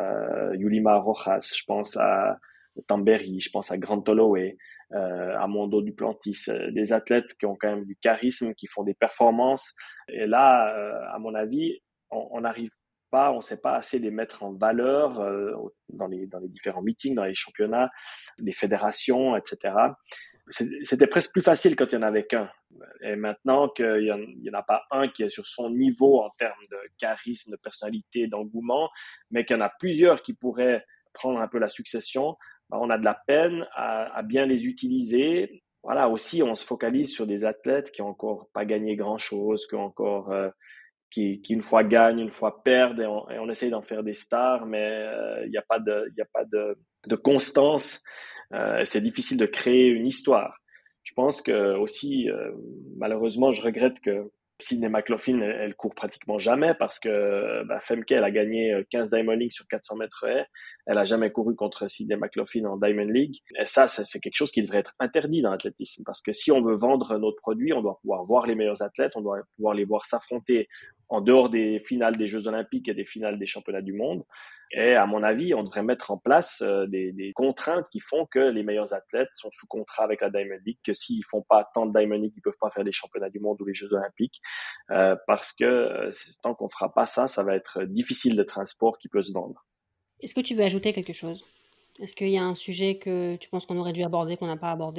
Speaker 1: à Yulima Rojas, je pense à Tamberi, je pense à Grant Holloway, euh, à Mondo Duplantis, euh, des athlètes qui ont quand même du charisme, qui font des performances. Et là, euh, à mon avis, on n'arrive pas, on ne sait pas assez les mettre en valeur euh, dans les dans les différents meetings, dans les championnats, les fédérations, et cetera. C'était presque plus facile quand il n'y en avait qu'un. Et maintenant qu'il n'y en a pas un qui est sur son niveau en termes de charisme, de personnalité, d'engouement, mais qu'il y en a plusieurs qui pourraient prendre un peu la succession, ben on a de la peine à, à bien les utiliser. Voilà, aussi, on se focalise sur des athlètes qui n'ont encore pas gagné grand-chose, qui ont encore... Euh, Qui, qui une fois gagnent, une fois perdent, et on, et on essaye d'en faire des stars, mais il euh, n'y a pas de, il y a pas de, de constance. Euh, c'est difficile de créer une histoire. Je pense que aussi, euh, malheureusement, je regrette que Sydney McLaughlin, elle, elle court pratiquement jamais parce que bah, Femke, elle a gagné quinze Diamond League sur quatre cents mètres haies. Elle a jamais couru contre Sydney McLaughlin en Diamond League. Et ça, c'est, c'est quelque chose qui devrait être interdit dans l'athlétisme parce que si on veut vendre notre produit, on doit pouvoir voir les meilleurs athlètes, on doit pouvoir les voir s'affronter en dehors des finales des Jeux Olympiques et des finales des Championnats du monde. Et à mon avis, on devrait mettre en place euh, des, des contraintes qui font que les meilleurs athlètes sont sous contrat avec la Diamond League, que s'ils font pas tant de Diamond League, ils peuvent pas faire les Championnats du monde ou les Jeux Olympiques, euh, parce que euh, tant qu'on fera pas ça, ça va être difficile d'être un sport qui peut se vendre.
Speaker 2: Est-ce que tu veux ajouter quelque chose ? Est-ce qu'il y a un sujet que tu penses qu'on aurait dû aborder, qu'on n'a pas abordé ?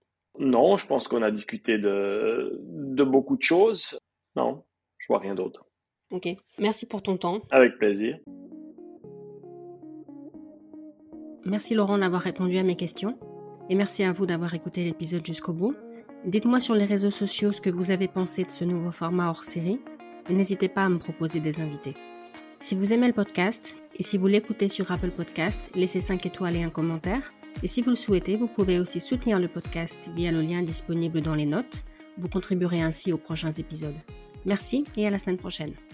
Speaker 1: Non, je pense qu'on a discuté de, de beaucoup de choses. Non, je vois rien d'autre.
Speaker 2: Ok, merci pour ton temps.
Speaker 1: Avec plaisir.
Speaker 2: Merci Laurent d'avoir répondu à mes questions et merci à vous d'avoir écouté l'épisode jusqu'au bout. Dites-moi sur les réseaux sociaux ce que vous avez pensé de ce nouveau format hors série et n'hésitez pas à me proposer des invités. Si vous aimez le podcast et si vous l'écoutez sur Apple Podcast, laissez cinq étoiles et un commentaire. Et si vous le souhaitez, vous pouvez aussi soutenir le podcast via le lien disponible dans les notes. Vous contribuerez ainsi aux prochains épisodes. Merci et à la semaine prochaine.